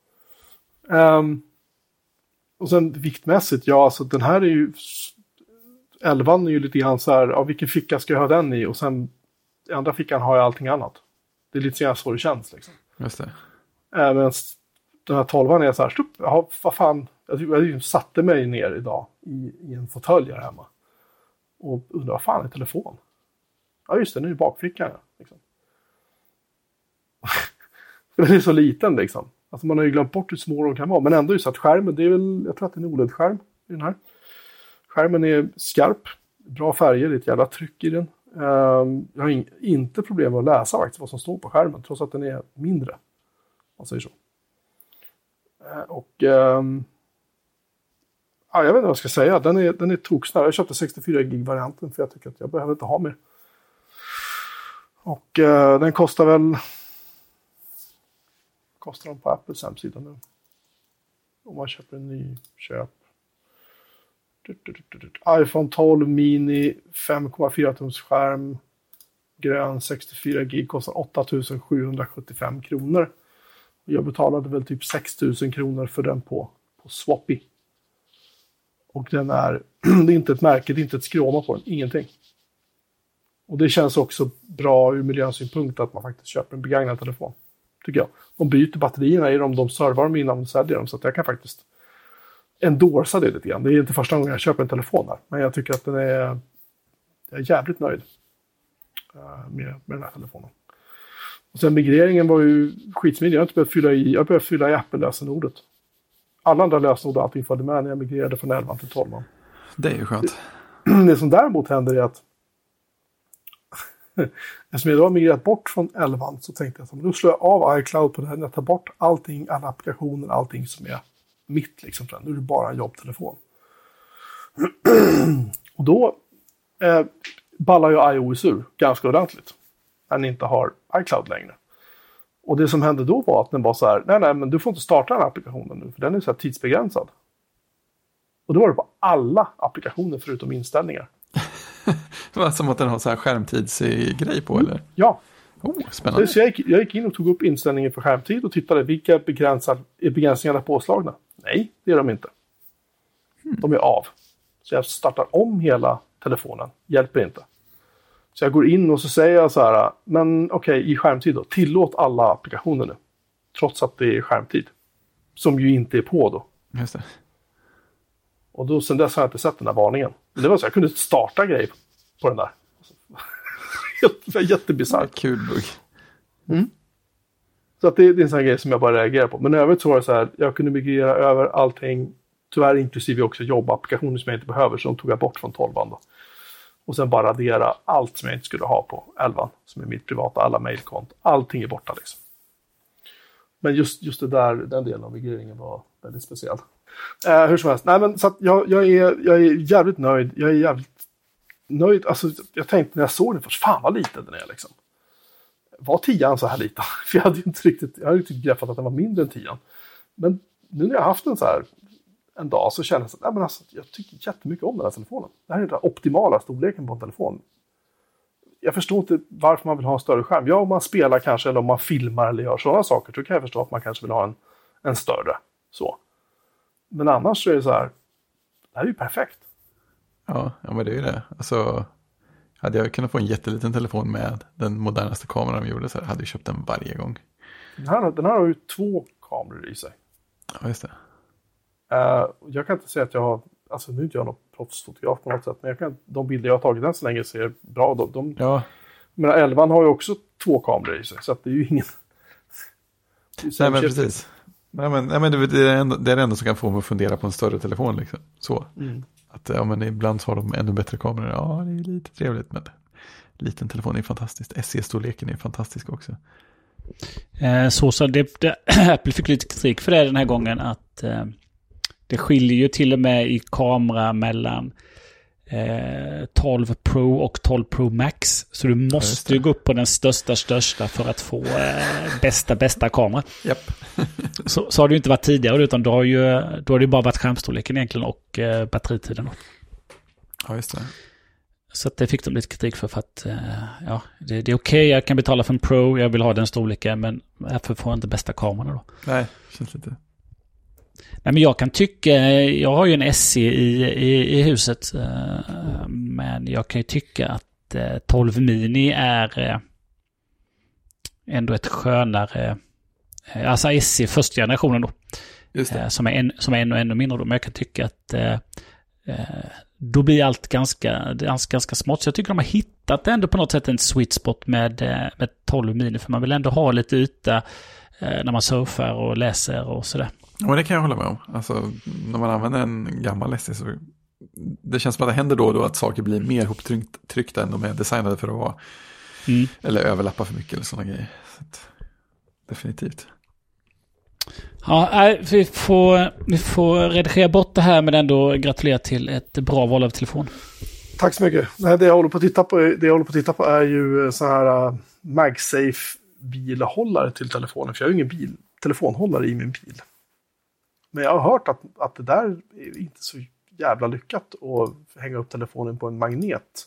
Och sen viktmässigt, ja, alltså den här är ju 11 är ju lite grann så här, ja, vilken ficka ska jag ha den i? Och sen i andra fickan har jag allting annat. Det är lite grann så det känns liksom. Just det. Medan den här 12 är så här, ja, vad fan, jag satte mig ner idag i en fåtölj här hemma. Och undrar, vad fan är telefon? Ja just det, nu är bakfickan. Liksom. För den är så liten liksom. Alltså man har ju glömt bort hur små de kan vara. Men ändå är det så att skärmen, det är väl, jag tror att det är en OLED-skärm i den här. Skärmen är skarp, bra färger, det är ett jävla tryck i den. Jag har inte problem med att läsa faktiskt vad som står på skärmen, trots att den är mindre. Om man säger så. Jag vet inte vad jag ska säga. Den är toksnära. Jag köpte 64 gig-varianten för jag tycker att jag behöver inte ha mer. Och den kostar väl... Kostar den på Apples hemsida nu. Om man köper en ny köp. iPhone 12 mini 5,4 tums skärm. Grön 64 gig kostar 8 775 kronor. Jag betalade väl typ 6 000 kronor för den på Swappy. Och den är, det är inte ett märke, det är inte ett skråma på den, ingenting. Och det känns också bra ur miljösynpunkt att man faktiskt köper en begagnad telefon. Tycker jag. De byter batterierna i dem, de servar dem innan de säljer dem. Så att jag kan faktiskt endorsa det lite grann. Det är inte första gången jag köper en telefon där. Men jag tycker att jag är jävligt nöjd med den här telefonen. Och sen migreringen var ju skitsmidig. Jag har inte behövt fylla i Apple-lösenordet. Alla andra lösenord och allting följde med när jag migrerade från 11 till 12. Det är ju skönt. Det som däremot händer är att eftersom jag då har migrerat bort från 11 så tänkte jag att då slår jag av iCloud på det här. Jag tar bort allting, alla applikationer, allting som är mitt. Liksom, nu är det bara en jobbtelefon. Och då ballar ju iOS ur ganska ordentligt. När ni inte har iCloud längre. Och det som hände då var att den var så här, nej, men du får inte starta den här applikationen nu, för den är så här tidsbegränsad. Och då var det på alla applikationer förutom inställningar. Det var som att den har så här skärmtidsgrej på, eller? Ja. Spännande. Så jag gick in och tog upp inställningen för skärmtid och tittade vilka begränsningar är påslagna. Nej, det är de inte. De är av. Så jag startar om hela telefonen. Hjälper inte. Så jag går in och så säger jag så här, men okej, i skärmtid då, tillåt alla applikationer nu. Trots att det är skärmtid. Som ju inte är på då. Just det. Och då sen dess har jag inte sett den där varningen. Det var så jag kunde starta grejer på den där. Det var jättebisarrt. Kul bugg. Så att det är en sån här grej som jag bara reagerar på. Men övrigt så var det så här, jag kunde migrera över allting, tyvärr inklusive också jobbapplikationer som jag inte behöver, så de tog jag bort från 12 då. Och sen bara radera allt som jag inte skulle ha på 11, som är mitt privata, alla mejlkont. Allting är borta liksom. Men just det där, den delen av migreringen var väldigt speciell. Hur som helst, nej men så att jag är jävligt nöjd. Jag är jävligt nöjd, alltså jag tänkte när jag såg den först, fan vad liten den är liksom. Var 10 så här liten? För jag hade ju inte riktigt greppat att den var mindre än 10. Men nu när jag har haft den så här en dag så känner jag att jag tycker jättemycket om den här telefonen. Det här är den optimala storleken på en telefon. Jag förstår inte varför man vill ha en större skärm. Ja, om man spelar kanske eller om man filmar eller gör sådana saker, så kan jag förstå att man kanske vill ha en större. Så. Men annars så är det så här, det här är ju perfekt. Ja, men det är ju det. Alltså, hade jag kunnat få en jätteliten telefon med den modernaste kameran de gjorde så hade jag köpt den varje gång. Den här har ju 2 kameror i sig. Ja, just det. Jag kan inte säga att jag har, alltså nu är inte jag någon proffsfotograf på något sätt, men de bilder jag har tagit än så länge ser bra. Ja. Men 11 har ju också 2 kameror i sig, så att det är ju ingen... Nej, men precis. Nej, men det är det enda som kan få mig att fundera på en större telefon liksom. Så. Att men ibland har de ännu bättre kameror. Ja, det är lite trevligt, men liten telefon är fantastiskt. SE-storleken är fantastisk också. Så Apple fick lite kritik för det den här gången, att det skiljer ju till och med i kamera mellan 12 Pro och 12 Pro Max. Så du måste ju gå upp på den största för att få bästa kamera. Japp. så har det ju inte varit tidigare, utan då har det bara varit skärmstorleken egentligen och batteritiden. Ja, just det. Så att det fick de lite kritik för att det är okej, jag kan betala för en Pro, jag vill ha den storleken, men varför får jag inte bästa kameran då? Nej, känns lite... Nej, men jag kan tycka, jag har ju en SE i huset, men jag kan ju tycka att 12 Mini är ändå ett skönare, alltså SE första generationen då. Just det. Som är ännu mindre då, men jag kan tycka att då blir allt ganska smått. Så jag tycker de har hittat ändå på något sätt en sweet spot med 12 Mini, för man vill ändå ha lite yta när man surfar och läser och sådär. Ja, men det kan jag hålla med om. Alltså, när man använder en gammal SE så det känns som att det händer då och då att saker blir mer hoptryckta än de är designade för att vara. Eller överlappa för mycket eller sådana grejer. Så att, definitivt. Ja, vi får redigera bort det här, men ändå gratulera till ett bra val av telefon. Tack så mycket. Det jag håller på att titta på är ju så här MagSafe bilhållare till telefonen. För jag har ju ingen telefonhållare i min bil. Men jag har hört att det där är inte så jävla lyckat att hänga upp telefonen på en magnet.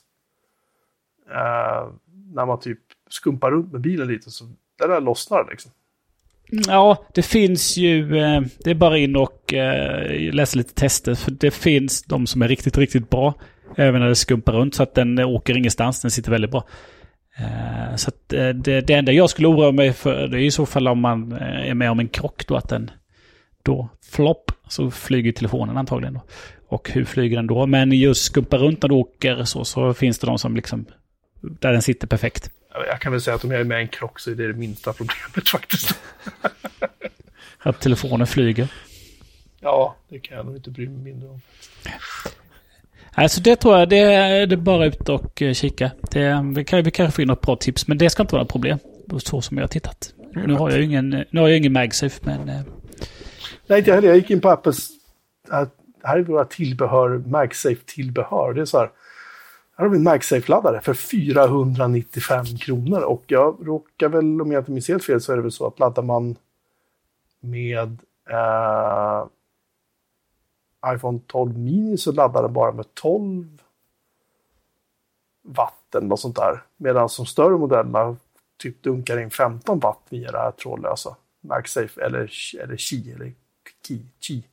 När man typ skumpar runt med bilen lite, så det där lossnar liksom. Ja, det finns ju, det är bara in och läsa lite tester, för det finns de som är riktigt, riktigt bra även när det skumpar runt, så att den åker ingenstans, den sitter väldigt bra. Så att det enda jag skulle oroa mig för, det är i så fall om man är med om en krock då, att den då flopp, så flyger telefonen antagligen då. Och hur flyger den då? Men just skumpar runt när du åker så finns det de som liksom, där den sitter perfekt. Jag kan väl säga att om jag är med i en krock så är det minsta problemet faktiskt. Att telefonen flyger. Ja, det kan jag nog inte bry mig mindre om. Alltså det tror jag, det är bara ut och kika. Vi kan få in något bra tips, men det ska inte vara ett problem. Så som jag har tittat. Nu har jag ju ingen MagSafe, men... Nej, inte heller. Jag gick in på Apples... Här är våra tillbehör, MagSafe-tillbehör. Det är så här... Här har vi en MagSafe-laddare för 495 kronor. Och jag råkar väl, om jag inte minns helt fel, så är det väl så att laddar man med iPhone 12 Mini så laddar den bara med 12 watt eller något sånt där. Medan som större modellerna typ dunkar in 15 watt via det här trådlösa MagSafe eller Qi.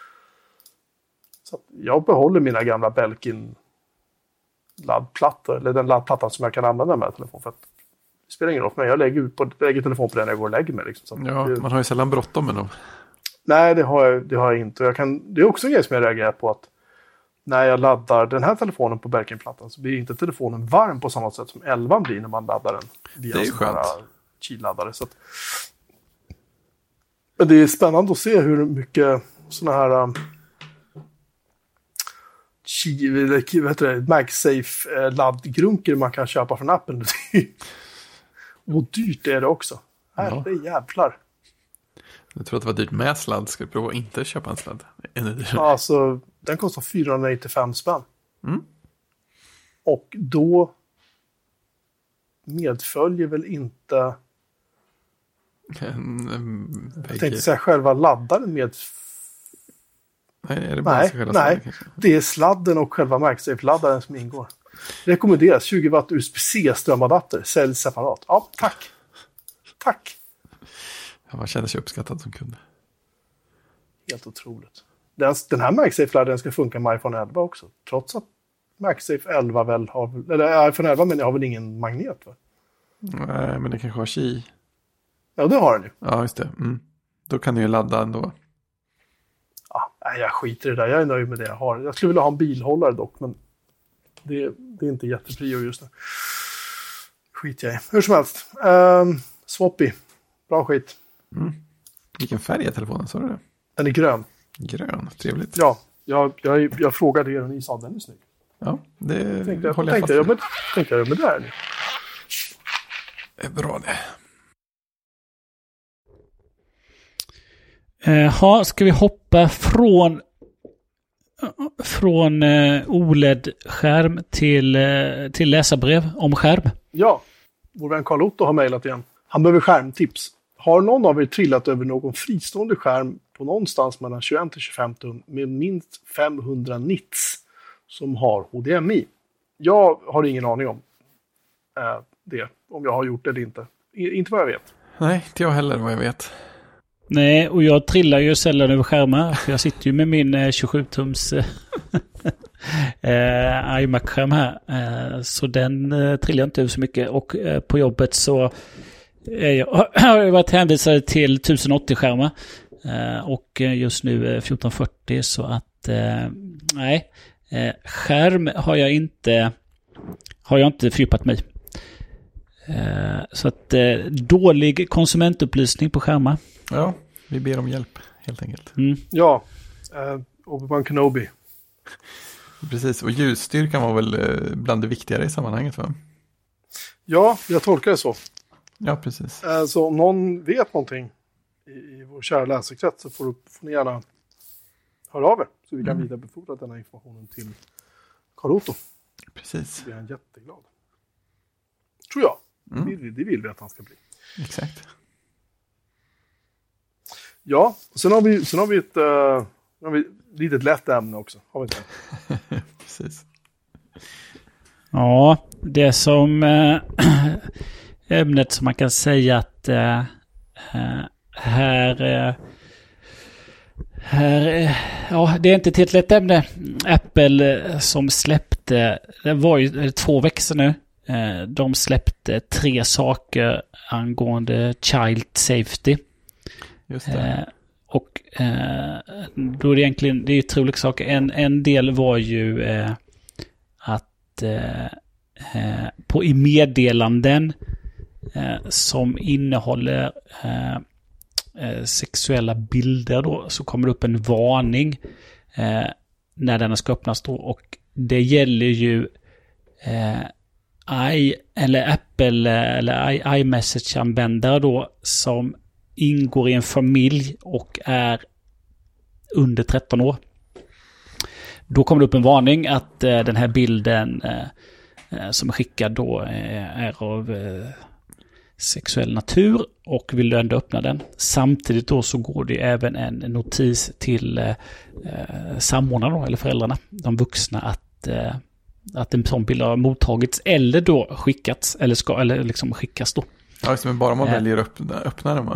Så att jag behåller mina gamla Belkin laddplattor, eller den laddplattan som jag kan använda med telefon, för att det spelar ingen roll för mig. Jag lägger telefon på den när jag går och lägger mig. Liksom. Så ja, man har ju sällan bråttom med dem. Nej, det har jag inte. Det är också en grej som jag reagerar på, att när jag laddar den här telefonen på Belkin-plattan så blir inte telefonen varm på samma sätt som 11 blir när man laddar den via en sån här Qi-laddare. Så att... Men det är spännande att se hur mycket såna här MagSafe-laddgrunker man kan köpa från Apple. Och dyrt är det också. Ja. Det är jävlar. Jag tror att det var dyrt med sladd. Ska du prova att inte köpa en sladd? Ja, alltså, den kostar 495 spänn. Mm. Och då medföljer väl inte... Jag tänkte säga själva laddaren med... Nej, är det bara nej. Det är sladden och själva MagSafe-laddaren som ingår. Rekommenderas 20 watt USB-C strömadapter. Säljs separat. Ja, tack. Ja, man känner sig uppskattad som kund. Helt otroligt. Den här MagSafe-laddaren ska funka med iPhone 11 också. Trots att MagSafe 11 väl har... Eller iPhone 11, men jag har väl ingen magnet, va? Nej, men det kanske har Qi. Ja, det har den ju. Ja, just det. Mm. Då kan du ju ladda ändå. Ja, nej, jag skiter i det där. Jag är nöjd med det jag har. Jag skulle vilja ha en bilhållare dock, men det är inte jätteprio just nu. Skit jag i. Hur som helst. Swappy. Bra skit. Mm. Vilken färg är telefonen, sa du det? Den är grön. Grön, trevligt. Ja, jag frågade er och ni sa den är snygg. Ja, det tänkte håller jag fast vid. Tänkte jag med det här nu. Det är bra det. Ska vi hoppa från från OLED-skärm till läsarbrev om skärm. Ja, vår vän Carl Otto har mejlat igen. Han behöver skärmtips. Har någon av er trillat över någon fristående skärm på någonstans mellan 21 till 25 tum med minst 500 nits som har HDMI? Jag har ingen aning om det, om jag har gjort det eller inte. Inte vad jag vet. Nej, inte jag heller vad jag vet. Nej, och jag trillar ju sällan över skärmar. För jag sitter ju med min 27-tums iMac-skärm här. Så den trillar jag inte över så mycket. Och på jobbet så har jag varit hänvisad till 1080-skärmar. Och just nu 1440. Så att nej, skärm har jag inte fördjupat mig. Så att dålig konsumentupplysning på skärmar. Ja, vi ber om hjälp helt enkelt. Ja, Obi-Wan Kenobi. Precis, och ljusstyrkan var väl bland det viktigare i sammanhanget, va? Ja, jag tolkar det så. Ja, precis. Så om någon vet någonting i vår kära läsekrets så får ni gärna höra av er. Så vi kan vidarebefordra denna informationen till Carl Otto. Precis. Så blir han jätteglad. Tror jag. Det vill vi att han ska bli. Exakt. Ja, sen har vi ett litet lätt ämne också. Har vi inte? Precis. Ja, det som ämnet som man kan säga att ja, det är inte ett helt lätt ämne. Apple som släppte, det var ju 2 veckor nu. De släppte 3 saker angående child safety. Just det. Och då är det egentligen, det är ju tre olika saker. En del var ju att på i meddelanden som innehåller sexuella bilder då, så kommer det upp en varning när den ska öppnas då. Och det gäller ju Apple eller iMessage-användare då som ingår i en familj och är under 13 år. Då kommer det upp en varning att den här bilden som är skickad då är av sexuell natur, och vill du ändå öppna den. Samtidigt då så går det även en notis till samordnarna då, eller föräldrarna, de vuxna, att en sån bild har mottagits eller då skickats eller liksom skickas då. Ja, just det, men bara man väljer att öppna den, va?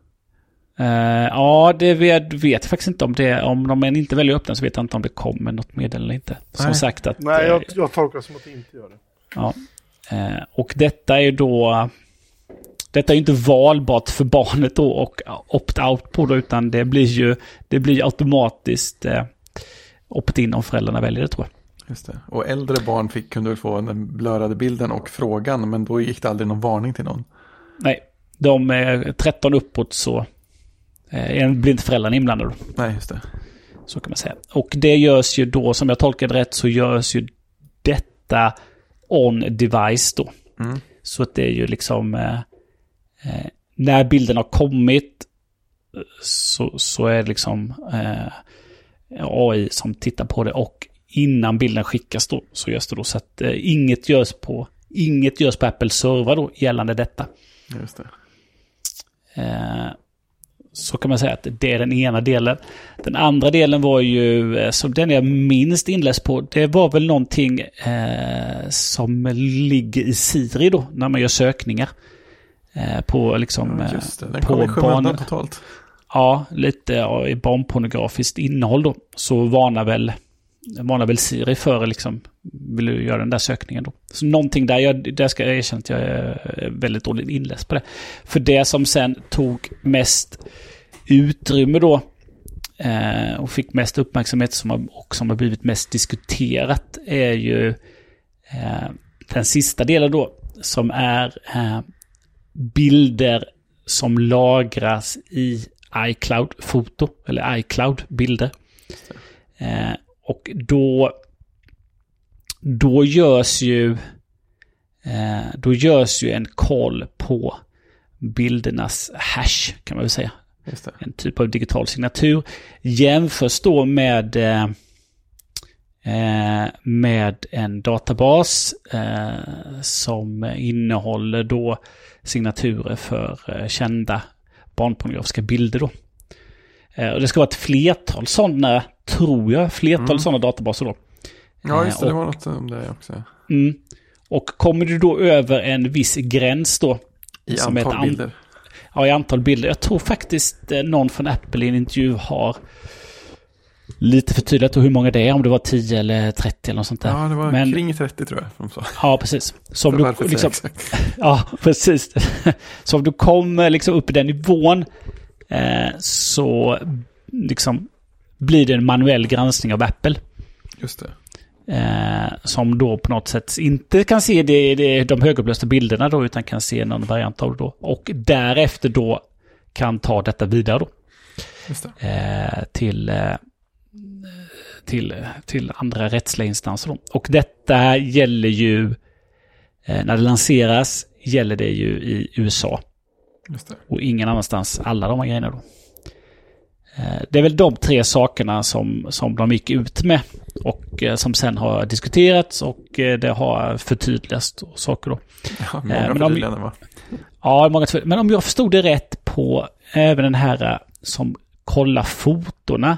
Ja, det vet jag faktiskt inte om det. Om de inte väljer att öppna så vet jag inte om det kommer något medel eller inte. Som sagt att... Nej, jag tolkar som att det inte gör det. Ja. Och detta är då... Detta är inte valbart för barnet då och opt-out på då, utan det blir automatiskt opt-in om föräldrarna väljer det, tror jag. Just det. Och äldre barn kunde få den blörade bilden och frågan, men då gick det aldrig någon varning till någon. Nej, de är 13 uppåt så blir inte föräldrarna inblandade. Nej, just det. Så kan man säga. Och det görs ju då, som jag tolkar det rätt, så görs ju detta on device då. Så att det är ju liksom när bilden har kommit så är det liksom AI som tittar på det, och innan bilden skickas då så görs det då så att inget görs på Apples server då gällande detta. Just det. Så kan man säga att det är den ena delen. Den andra delen var ju, som den jag minst inläst på, det var väl någonting som ligger i Siri då, när man gör sökningar på liksom just det. Den kommer i skymundan totalt. Ja, lite i barnpornografiskt innehåll då, så varnar väl Siri för liksom, vill du göra den där sökningen då. Så någonting där ska jag erkänna att jag är väldigt dåligt inläst på det. För det som sen tog mest utrymme då och fick mest uppmärksamhet som har blivit mest diskuterat är ju den sista delen då, som är bilder som lagras i iCloud-foto eller iCloud-bilder. Och då görs ju en koll på bildernas hash, kan man väl säga. Just det. En typ av digital signatur. Jämförs då med med en databas som innehåller då signaturer för kända barnpornografiska bilder då. Och det ska vara ett flertal sådana, tror jag, sådana databaser då. Ja, just det, det var något om det också. Och kommer du då över en viss gräns då? I antal bilder? Ja, i antal bilder. Jag tror faktiskt någon från Apple i en intervju har lite förtydligat hur många det är, om det var 10 eller 30 eller något sånt där. Ja, det var kring 30 tror jag. Ja, precis. Så om du, liksom, ja, precis. Så om du kommer liksom upp i den nivån så liksom blir det en manuell granskning av Apple. Just det. Som då på något sätt inte kan se de högupplösta bilderna då, utan kan se någon variant av det då. Och därefter då kan ta detta vidare då. Just det. Till andra rättsliga instanser då. Och detta gäller ju när det lanseras gäller det ju i USA. Just det. Och ingen annanstans, alla de här grejerna då. Det är väl de 3 sakerna som de gick ut med och som sen har diskuterats och det har förtydligats och saker då. Ja, många förtydliganden va? Ja, många. Men om jag förstod det rätt på även den här som kollar fotorna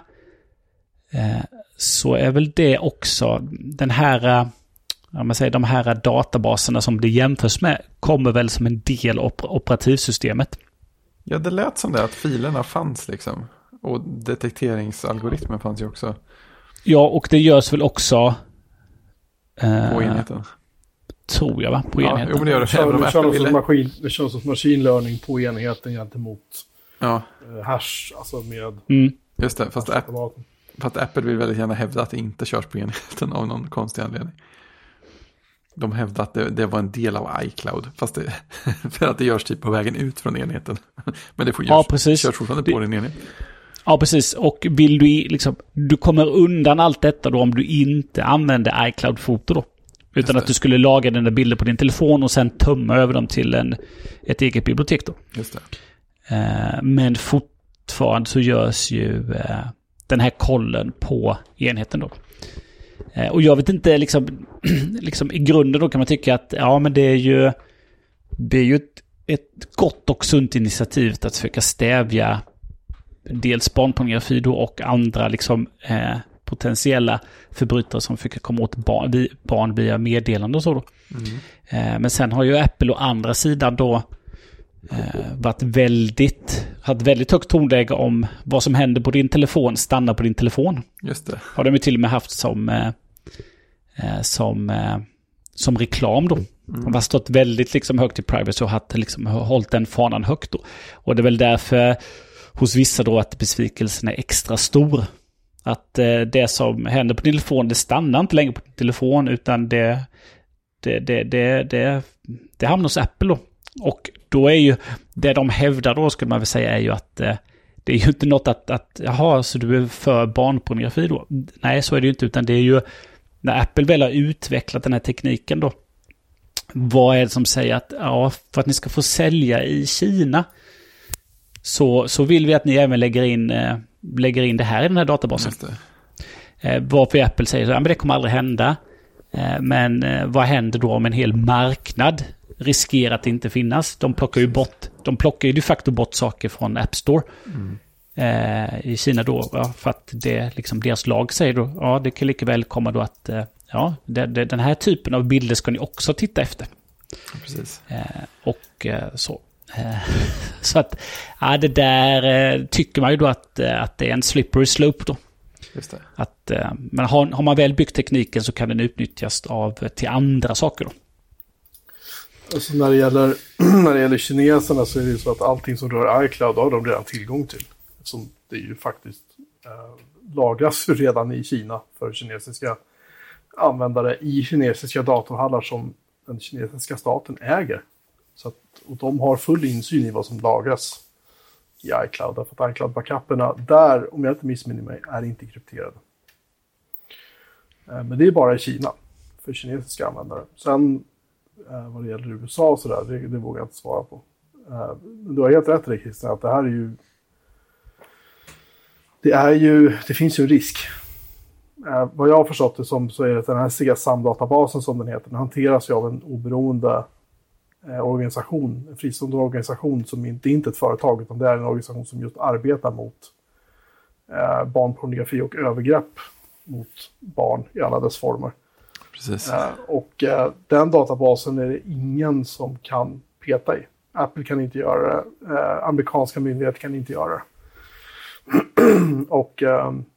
så är väl det också den här, de här databaserna som det jämförs med kommer väl som en del av operativsystemet. Ja, det lät som det att filerna fanns liksom. Och detekteringsalgoritmen fanns ju också. Ja, och det görs väl också på enheten. Tror jag va? På enheten. Jo, men det gör det. Det känns som machine learning på enheten gentemot hash, alltså med... Just det, fast Apple vill väldigt gärna hävda att det inte körs på enheten av någon konstig anledning. De hävdar att det var en del av iCloud, fast det, för att det görs typ på vägen ut från enheten. Men det körs fortfarande på den enheten. Ja, precis. Och vill du liksom, du kommer undan allt detta då om du inte använder iCloud-foto då. Utan att du skulle laga den där bilden på din telefon och sen tömma över dem till ett eget bibliotek då. Just det. Men fortfarande så görs ju den här kollen på enheten då. Och jag vet inte liksom i grunden då kan man tycka att ja, men det är ju ett gott och sunt initiativ att försöka stävja dels barnpornografi då och andra liksom potentiella förbrytare som försöker komma åt barn via meddelande och så då. Men sen har ju Apple å andra sidan då haft väldigt högt tonläge om vad som händer på din telefon stannar på din telefon. Just det. Har de ju till och med haft som reklam då. De har stått väldigt liksom högt i privacy och har liksom hållit den fanan högt då. Och det är väl därför hos vissa då att besvikelsen är extra stor. Att det som händer på din telefon, det stannar inte längre på din telefon utan det hamnar hos Apple då. Och då är ju det de hävdar då skulle man väl säga är ju att det är ju inte något att jaha, så du är för barnpornografi då. Nej, så är det ju inte, utan det är ju när Apple väl har utvecklat den här tekniken då. Vad är det som säger att ja, för att ni ska få sälja i Kina så vill vi att ni även lägger in det här i den här databasen. Varför Apple säger så, ja, men det kommer aldrig hända. Men vad händer då om en hel marknad riskerar att inte finnas? De plockar ju de facto bort saker från App Store i Kina då, ja, för att det liksom deras lag säger då, ja, det kan lika väl komma då att ja, den här typen av bilder ska ni också titta efter. Precis. Och så. Så att ja, det där tycker man ju då att det är en slippery slope då. Just det. Att, men har man väl byggt tekniken så kan den utnyttjas till andra saker då. Alltså när det gäller kineserna så är det ju så att allting som rör iCloud har de redan tillgång till. Som det är ju faktiskt lagras redan i Kina för kinesiska användare i kinesiska datorhallar som den kinesiska staten äger. Så att, och de har full insyn i vad som lagras i iCloud. Därför att iCloud-backuperna där, om jag inte missminner mig, är inte krypterade. Men det är bara i Kina för kinesiska användare. Sen vad det gäller USA och sådär, det vågar jag inte svara på. Men du har helt rätt i det, Christian, att det här är ju... Det finns ju en risk vad jag har förstått det som, så är det den här CSAM-databasen som den heter. Den hanteras ju av en oberoende organisation, en fristående organisation som inte är ett företag, utan det är en organisation som just arbetar mot barnpornografi och övergrepp mot barn i alla dess former. Precis. Och den databasen är det ingen som kan peta i. Apple kan inte göra det. Amerikanska myndigheter kan inte göra det. Och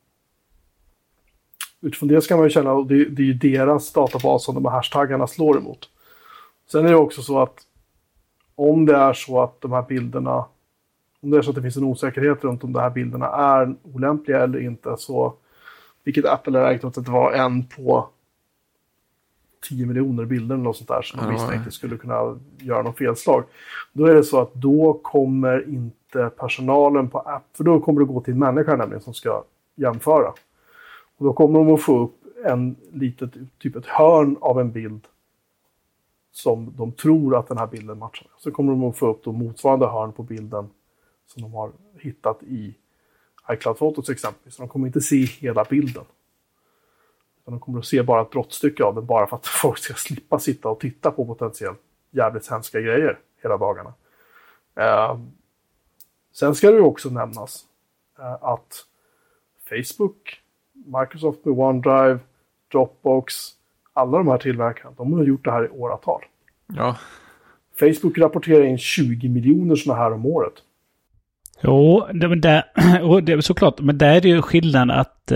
utifrån det ska man ju känna att det är ju deras databas som de här hashtaggarna slår emot. Sen är det också så att om det är så att de här bilderna, om det är så att det finns en osäkerhet runt om de här bilderna är olämpliga eller inte, så vilket Apple har räknat att det var en på 10 miljoner bilder eller något sånt där som de misstänkte skulle kunna göra någon felslag. Då är det så att då kommer inte personalen på app, för då kommer det gå till en människa nämligen som ska jämföra. Och då kommer de att få upp en litet, typ ett hörn av en bild som de tror att den här bilden matchar. Så kommer de att få upp då motsvarande hörn på bilden som de har hittat i iCloud-fotos exempelvis. Så de kommer inte se hela bilden. De kommer att se bara ett brottstycke av den, bara för att folk ska slippa sitta och titta på potentiellt jävligt hemska grejer hela dagarna. Sen ska det ju också nämnas att Facebook, Microsoft med OneDrive, Dropbox, alla de här tillverkarna, de har gjort det här i åratal. Ja. Facebook rapporterar in 20 miljoner såna här om året. Jo, det är såklart. Men där är det ju skillnaden att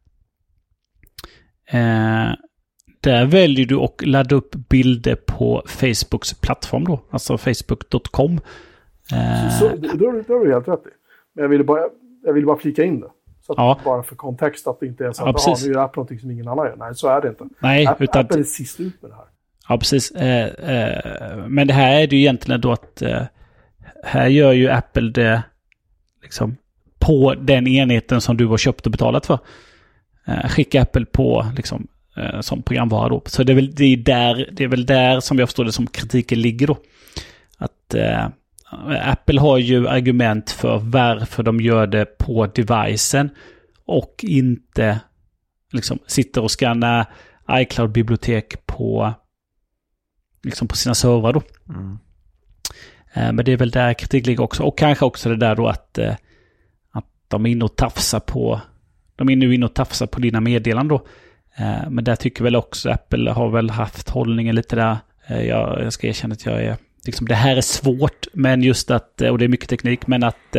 där väljer du att ladda upp bilder på Facebooks plattform då. Alltså facebook.com. Så då har du helt rätt i. Men jag ville bara flika in det. Så att bara för kontext att det inte är så att nu gör Apple någonting som ingen annan gör. Nej, så är det inte. Nej, Apple är sist ut med det här. Ja, precis. Men det här är det ju egentligen då att här gör ju Apple det liksom på den enheten som du har köpt och betalat för. Skicka Apple på liksom som programvara då. Så det är väl där som jag förstår det som kritiken ligger då. Att Apple har ju argument för varför de gör det på devicen och inte liksom sitter och skannar iCloud-bibliotek på liksom på sina servrar då. Men det är väl där kritik ligger också. Och kanske också det där då att de är inne och tafsar på dina meddelanden då. Men där tycker väl också Apple har väl haft hållningen lite där. Jag ska erkänna att jag är liksom, det här är svårt, men just att, och det är mycket teknik, men att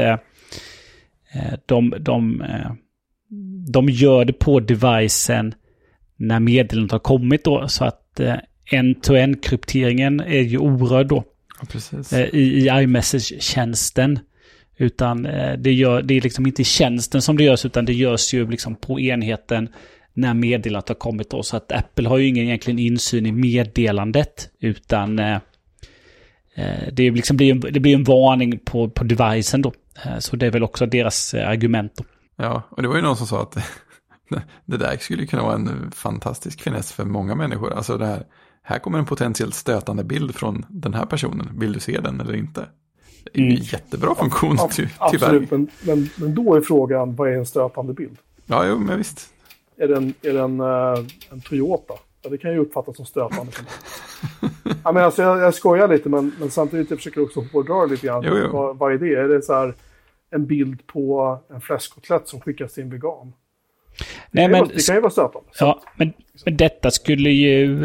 de gör det på devicen när meddelandet har kommit då, så att end-to-end-krypteringen är ju orörd då. Ja, precis. I iMessage-tjänsten. Utan det är liksom inte i tjänsten som det görs, utan det görs ju liksom på enheten när meddelandet har kommit då. Så att Apple har ju ingen egentligen insyn i meddelandet, utan det blir en varning på devicen då. Så det är väl också deras argument då. Ja, och det var ju någon som sa att det där skulle kunna vara en fantastisk finess för många människor. Alltså det här kommer en potentiellt stötande bild från den här personen. Vill du se den eller inte? Det är en jättebra funktion, tyvärr. Absolut, men då är frågan, vad är en stötande bild? Ja, jo, men visst. Är det en Toyota? Ja, det kan ju uppfattas som stötande. Ja, men alltså, jag skojar lite, men samtidigt jag försöker också hårdra lite grann. Jo. Vad är det? Är det så här en bild på en fläskkotlett som skickas till en vegan? Det kan ju vara stötande. Ja, men detta skulle ju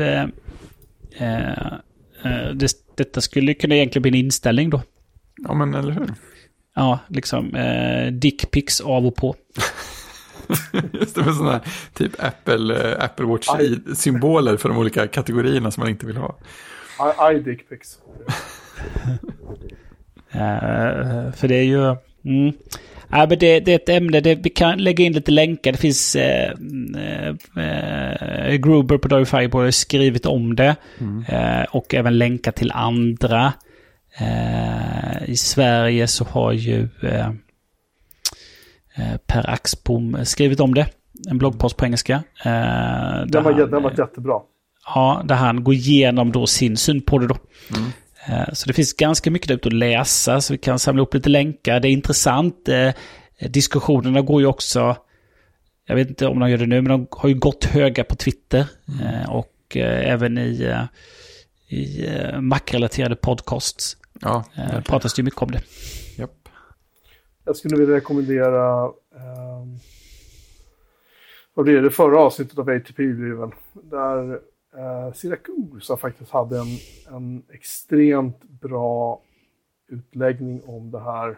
detta skulle kunna egentligen bli en inställning då. Ja, men eller hur? Ja, liksom dickpics av och på. Just det, med sådana här typ Apple Watch-symboler för de olika kategorierna som man inte vill ha. Dickpics. För det är ju... Ja, men det är ett ämne, vi kan lägga in lite länkar. Det finns Gruber på David Fireball har skrivit om det. Och även länkar till andra. I Sverige så har ju Per Axbom skrivit om det. En bloggpost på engelska. Den var jättebra. Ja, där han går igenom då sin syn på det då. Så det finns ganska mycket där ute att läsa, så vi kan samla upp lite länkar. Det är intressant. Diskussionerna går ju också Jag vet inte om de gör det nu, men de har ju gått höga på Twitter. Och även i Mac-relaterade podcasts. Ja, pratas det ju mycket om det. Japp. Jag skulle vilja rekommendera vad blir det förra avsnittet av ATP blir väl, där Siracusa faktiskt hade en extremt bra utläggning om det här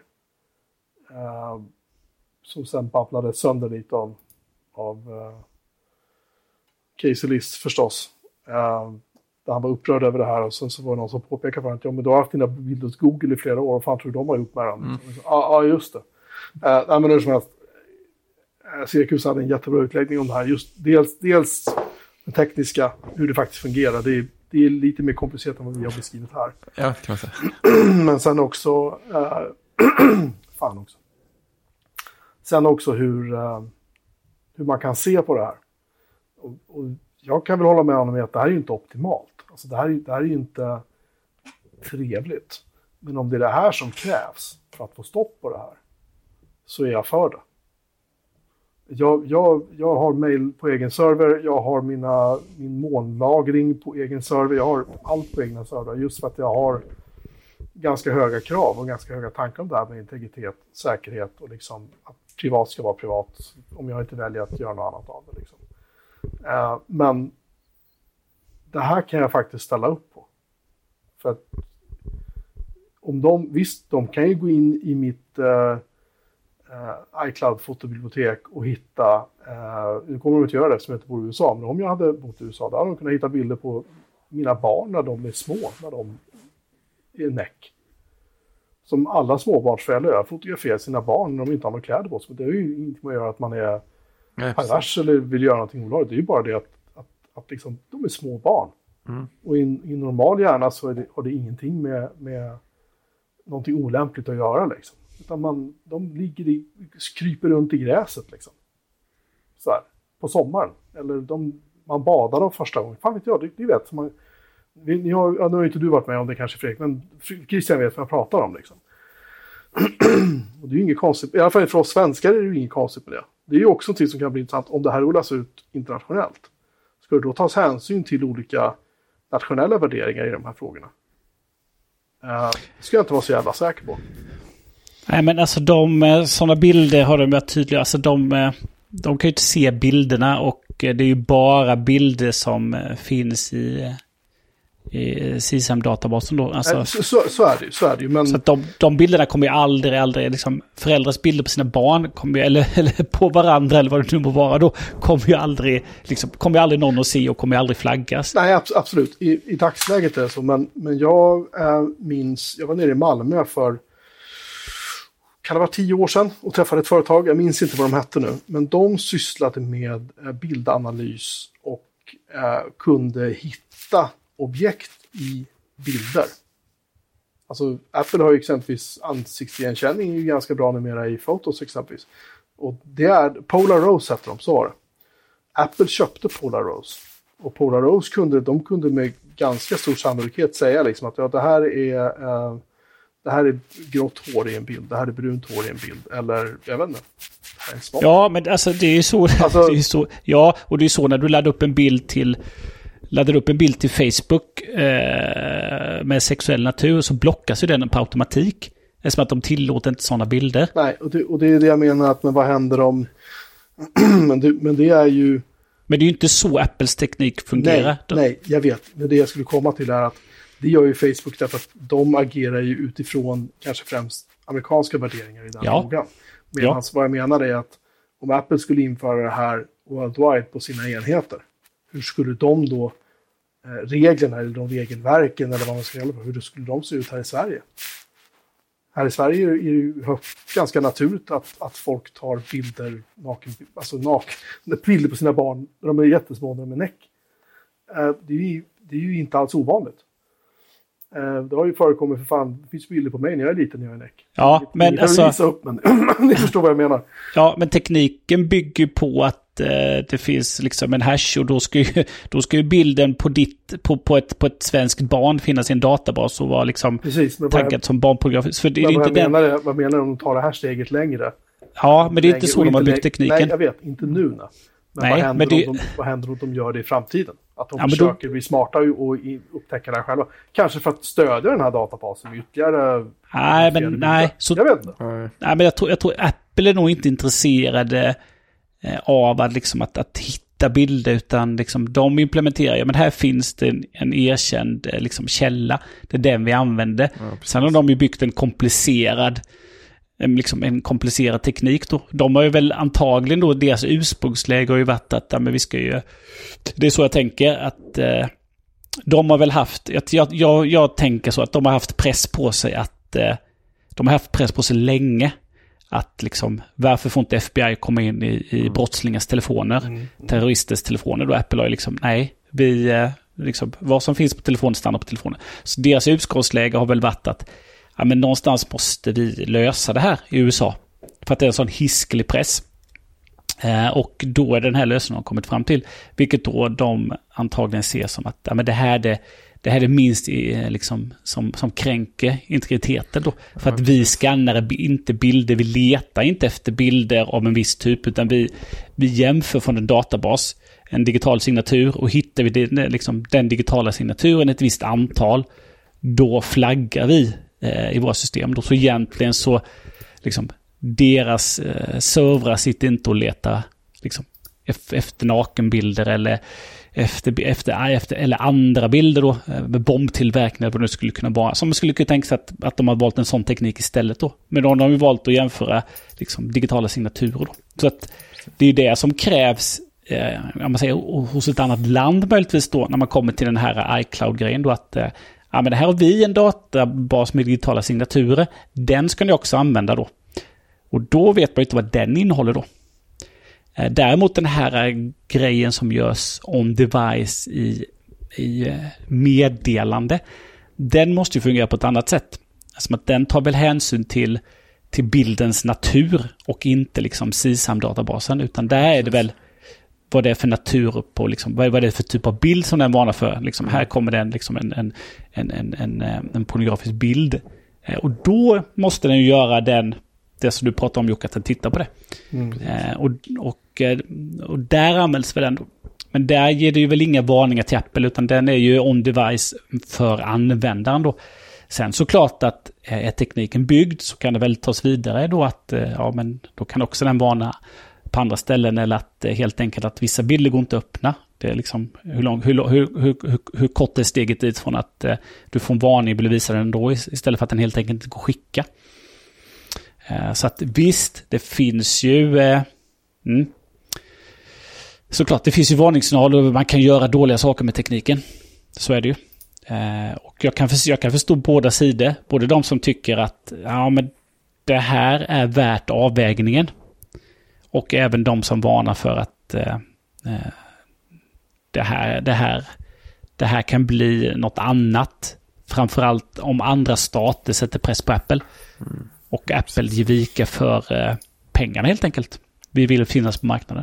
som sen babblade sönder lite av Casey Liss förstås. Där han var upprörd över det här och sen så var det någon som påpekade för att men du har haft dina bilder hos Google i flera år och fan tror du de har gjort med den? Ja, just det. Nej, men det är som att Siracusa hade en jättebra utläggning om det här. Just dels den tekniska, hur det faktiskt fungerar. Det är lite mer komplicerat än vad vi har beskrivit här. Ja, kan man säga. Men sen också Sen också hur man kan se på det här. Och jag kan väl hålla med honom med att det här är ju inte optimalt. Alltså det här är ju inte trevligt. Men om det är det här som krävs för att få stopp på det här, så är jag för det. Jag har mail på egen server, jag har min molnlagring på egen server, jag har allt på egna server just för att jag har ganska höga krav och ganska höga tankar om det här med integritet, säkerhet och liksom att privat ska vara privat om jag inte väljer att göra något annat av det. Liksom. Men det här kan jag faktiskt ställa upp på. För att om de kan ju gå in i mitt iCloud-fotobibliotek och hitta, nu kommer de inte göra det eftersom jag inte bor i USA, men om jag hade bott i USA, då hade de kunnat hitta bilder på mina barn när de är små, när de är näck. Som alla småbarnsföräldrar gör, fotograferar sina barn när de inte har några kläder på sig. Men det är ju inte med att göra att man är pervers eller vill göra någonting olagligt. Det är ju bara det att liksom, de är små barn. Och i normal hjärna så har det ingenting med någonting olämpligt att göra liksom. Utan de kryper runt i gräset liksom. Så här, på sommaren. Eller man badar dem första gången. Fan vet jag, det vet man. Nu har inte du varit med om det kanske, Fredrik, men Christian vet vad jag pratar om liksom. Och det är ju inget konstigt, i alla fall för oss svenskar är det ju inget konstigt med det. Det är ju också något som kan bli intressant om det här rullas ut internationellt. Ska det då tas hänsyn till olika nationella värderingar i de här frågorna? Det ska jag inte vara så jävla säker på. Nej, men alltså sådana bilder har de varit tydliga. Alltså de kan ju inte se bilderna och det är ju bara bilder som finns i CSAM-databasen då. Alltså, så är det ju. Men... Så att de bilderna kommer ju aldrig liksom, föräldrars bilder på sina barn kommer ju, eller på varandra eller vad det nu må vara, då kommer ju aldrig någon att se och kommer ju aldrig flaggas. Nej, absolut. I dagsläget är det så. Men jag minns, jag var nere i Malmö för kan det vara 10 år sedan och träffade ett företag, jag minns inte vad de hette nu, men de sysslade med bildanalys och kunde hitta objekt i bilder. Alltså Apple har ju exempelvis ansiktsigenkänning är ju ganska bra numera i fotos exempelvis. Och det är Polaroze heter de, så var det. Apple köpte Polaroze. Och Polaroze kunde med ganska stor sannolikhet säga liksom att det här är grått hår i en bild, det här är brunt hår i en bild, eller jag vet inte. Ja, men alltså det är ju så, alltså, det är så, ja, och det är så när du laddar upp en bild till Facebook med sexuell natur, så blockas ju den på automatik. Det är som att de tillåter inte sådana bilder. Nej, och det är det jag menar, att men vad händer om men det är ju... Men det är ju inte så Apples teknik fungerar. Nej, jag vet. Men det jag skulle komma till är att det gör ju Facebook därför att de agerar ju utifrån kanske främst amerikanska värderingar i den frågan. Medan vad jag menar är att om Apple skulle införa det här worldwide på sina enheter, hur skulle de då, reglerna eller de regelverken eller vad man ska kalla det, hur skulle de se ut här i Sverige? Här i Sverige är det ju ganska naturligt att folk tar bilder bilder på sina barn när de är jättesmå, när de är näck. Det är ju inte alls ovanligt. Det har ju förekommit, för fan, det finns bilder på mig när jag är liten, när jag är näck. Ja, men alltså... men ni förstår vad jag menar. Ja, men tekniken bygger på att det finns liksom en hash, och då ska ju bilden på ett svenskt barn finnas i en databas och vara liksom taggad som barnpornografiskt. För det är inte vad menar du om de tar det här steget längre? Ja, men det är inte så de har byggt tekniken. Nej, jag vet. Inte nu. Men Nej, vad händer om de gör det i framtiden? Att de försöker bli smarta och upptäcka det här själva. Kanske för att stödja den här databasen ytterligare. Nej. Jag vet inte. Nej, men jag tror Apple är nog inte intresserade av att, liksom, att hitta bilder, utan liksom, de implementerar, men här finns det en erkänd liksom, källa. Det är den vi använder. Ja, sen har de ju byggt en komplicerad teknik då. De har ju väl antagligen då, deras ursprungsläge har ju varit att men vi ska ju, det är så jag tänker att de har väl haft, jag tänker så att de har haft press på sig de har haft press på sig länge att liksom, varför får inte FBI komma in i brottslingars telefoner, terroristers telefoner då? Apple har ju liksom, nej, vi liksom, vad som finns på telefonen stannar på telefonen. Så deras utgångsläge har väl varit att men någonstans måste vi lösa det här i USA. För att det är en sån hiskelig press. Och då är den här lösningen kommit fram till. Vilket då de antagligen ser som att men det här är minst liksom, som kränker integriteten då. För att vi skannar inte bilder, vi letar inte efter bilder av en viss typ, utan vi jämför från en databas en digital signatur, och hittar vi den digitala signaturen ett visst antal, då flaggar vi i våra system. Då så egentligen så liksom, deras servrar sitter inte och letar liksom, efter nakenbilder eller efter eller andra bilder då, med bombtillverkningar, vad det skulle kunna vara. Som man skulle kunna tänka sig att de har valt en sån teknik istället då. Men då har de ju valt att jämföra liksom, digitala signaturer då. Så att det är det som krävs om man säger, hos ett annat land möjligtvis då, när man kommer till den här iCloud-grejen då, att men det här har vi en databas med digitala signaturer. Den ska ni också använda då. Och då vet man inte vad den innehåller då. Däremot den här grejen som görs on device i meddelande, den måste ju fungera på ett annat sätt. Alltså att den tar väl hänsyn till bildens natur och inte liksom CSAM-databasen, utan där är det väl vad det är för natur på liksom, vad det är för typ av bild som den varnar för. Liksom, här kommer den liksom en pornografisk bild. Och då måste den ju göra det som du pratar om, Jocke, att den tittar på det. Och där används väl den då. Men där ger det ju väl inga varningar till Apple, utan den är ju on device för användaren då. Sen såklart att är tekniken byggd så kan det väl tas vidare då att men då kan också den varna på andra ställen, eller att helt enkelt att vissa bilder går inte att öppna. Det är liksom hur kort är steget dit från att du får en varning och blir visad den då istället för att den helt enkelt inte går att skicka. Så att visst, det finns ju såklart, det finns ju varningssignaler och man kan göra dåliga saker med tekniken. Så är det ju. Och jag kan förstå båda sidor. Både de som tycker att men det här är värt avvägningen. Och även de som varnar för att det här kan bli något annat. Framförallt om andra stater sätter press på Apple. Och Apple ger vika för pengarna helt enkelt. Vi vill finnas på marknaden.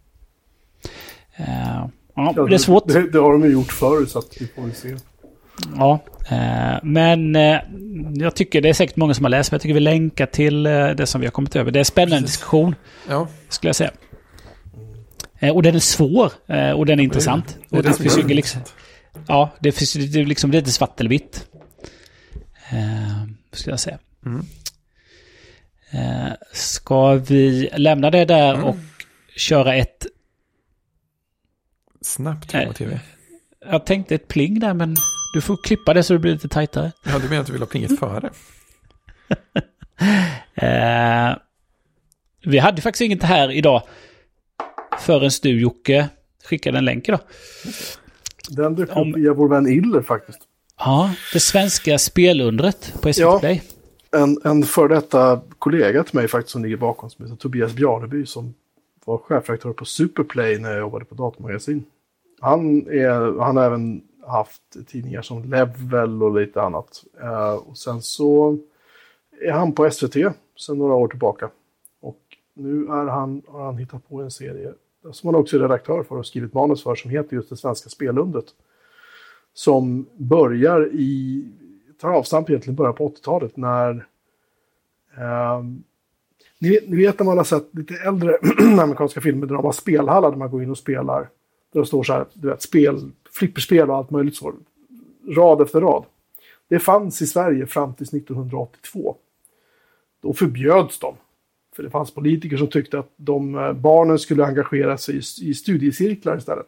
Det är svårt. Det har de ju gjort förut, så att vi får se. Ja, men jag tycker det är säkert många som har läst, men jag tycker vi länkar till det som vi har kommit över. Det är en spännande diskussion, skulle jag säga. Och den är svår, och den är intressant. Och det finns ju liksom, det finns liksom lite svart eller vitt, skulle jag säga. Ska vi lämna det där och köra ett snabbt TV? Jag tänkte ett pling där, men du får klippa det så det blir lite tajtare. Ja, du menar att du vill ha plinget före? Vi hade faktiskt inget här idag förrän du, Jocke, skickade en länk idag. Den dök upp via vår vän Iller faktiskt. Ja, det svenska spelundret på SVT Play. En för detta kollega till mig faktiskt som ligger bakom, som heter Tobias Bjarneby, som var chefredaktör på Superplay när jag jobbade på datamagasin. Han har även haft tidningar som Level och lite annat. Och sen så är han på SVT sedan några år tillbaka. Och nu har han hittat på en serie som han också är redaktör för och skrivit manus för, som heter just Det svenska spelundret. Som tar avstamp egentligen början på 80-talet när Ni vet när man har sett lite äldre amerikanska filmer där de har spelhallar där man går in och spelar. Där det står så här, du vet, flipperspel och allt möjligt så. Rad efter rad. Det fanns i Sverige fram till 1982. Då förbjöds de. För det fanns politiker som tyckte att barnen skulle engagera sig i studiecirklar istället.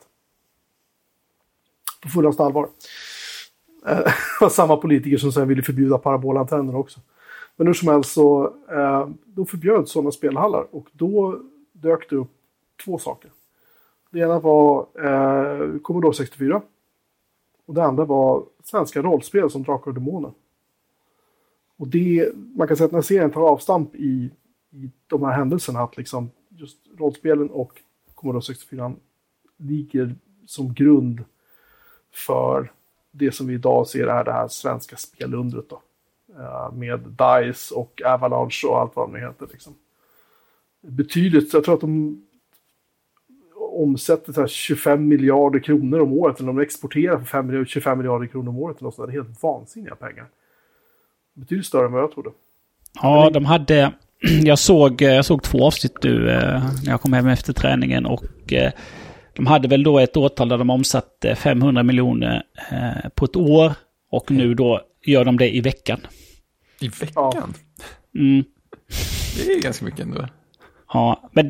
På fullast allvar. Det var samma politiker som sen ville förbjuda parabolantenner också. Men hur som helst så då förbjöds sådana spelhallar. Och då dök det upp 2 saker. Det ena var Commodore 64. Och det andra var svenska rollspel som Drakar och Demoner. Och man kan säga att när serien tar avstamp i de här händelserna att liksom just rollspelen och Commodore 64 ligger som grund för det som vi idag ser är det här svenska spelundret då. Med DICE och Avalanche och allt vad de heter. Liksom. Betydligt, jag tror att de omsätter så här 25 miljarder kronor om året. Eller de exporterar för 25 miljarder kronor om året. Eller så. Det är helt vansinniga pengar. Betydligt större än vad jag trodde. Ja, de hade... Jag såg 2 avsnitt nu när jag kom hem efter träningen och de hade väl då ett årtal där de omsatte 500 miljoner på ett år och nu då gör de det i veckan. I veckan? Ja. Mm. Det är ganska mycket ändå. Ja, men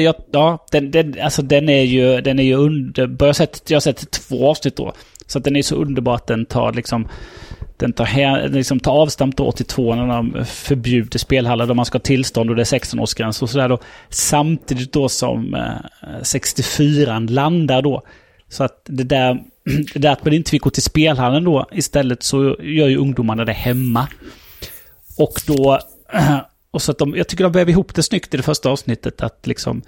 den är ju under... Jag har sett 2 avsnitt då. Så att den är så underbar att den tar avstamp då 82 när de förbjuder spelhallar där man ska ha tillstånd och det är 16-årsgräns och sådär då. Samtidigt då som 64 landar då. Så att det där att man inte fick gå till spelhallen då istället så gör ju ungdomarna det hemma. Och då... Och så att jag tycker de väver ihop det snyggt i det första avsnittet att liksom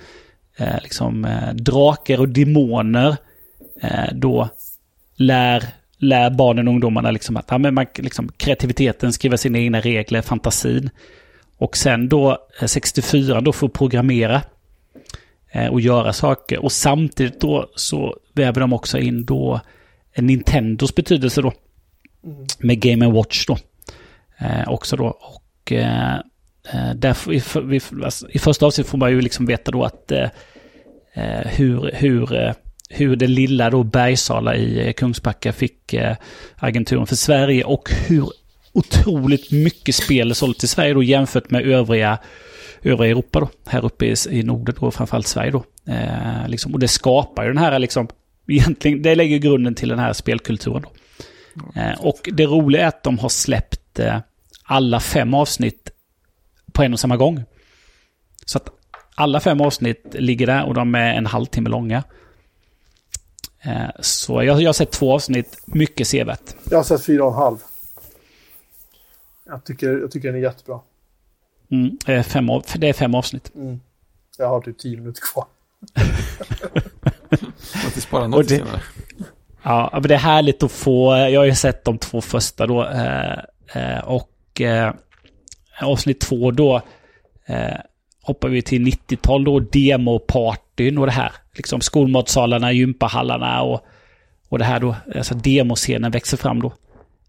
drakar och demoner då lär barnen och ungdomarna liksom att man liksom kreativiteten, skriva sina egna regler, fantasin. Och sen då 64 då får programmera och göra saker. Och samtidigt då så väver de också in då Nintendos betydelse då med Game & Watch då också då. Och därför i första avsnitt får man ju liksom veta då att hur det lilla då Bergsala i Kungsbacka fick agenturen för Sverige och hur otroligt mycket spel sålt till Sverige då jämfört med övriga Europa då, här uppe i Norden då, framförallt Sverige då. Liksom, och det skapar ju den här liksom, egentligen, det lägger grunden till den här spelkulturen då. Och det roliga är att de har släppt alla 5 avsnitt på en och samma gång. Så att alla 5 avsnitt ligger där och de är en halvtimme långa. Så jag har sett 2 avsnitt, mycket sevärt. Jag har sett 4,5. Jag tycker den är jättebra. Det är 5 avsnitt. Jag har typ 10 minuter kvar. Att det sparar något senare. Ja, men det är härligt att få... Jag har ju sett de 2 första då. Och avsnitt 2 då hoppar vi till 90-tal då, demopartyn och det här. Liksom skolmatsalarna, gympahallarna och det här då, alltså demoscenen växer fram då.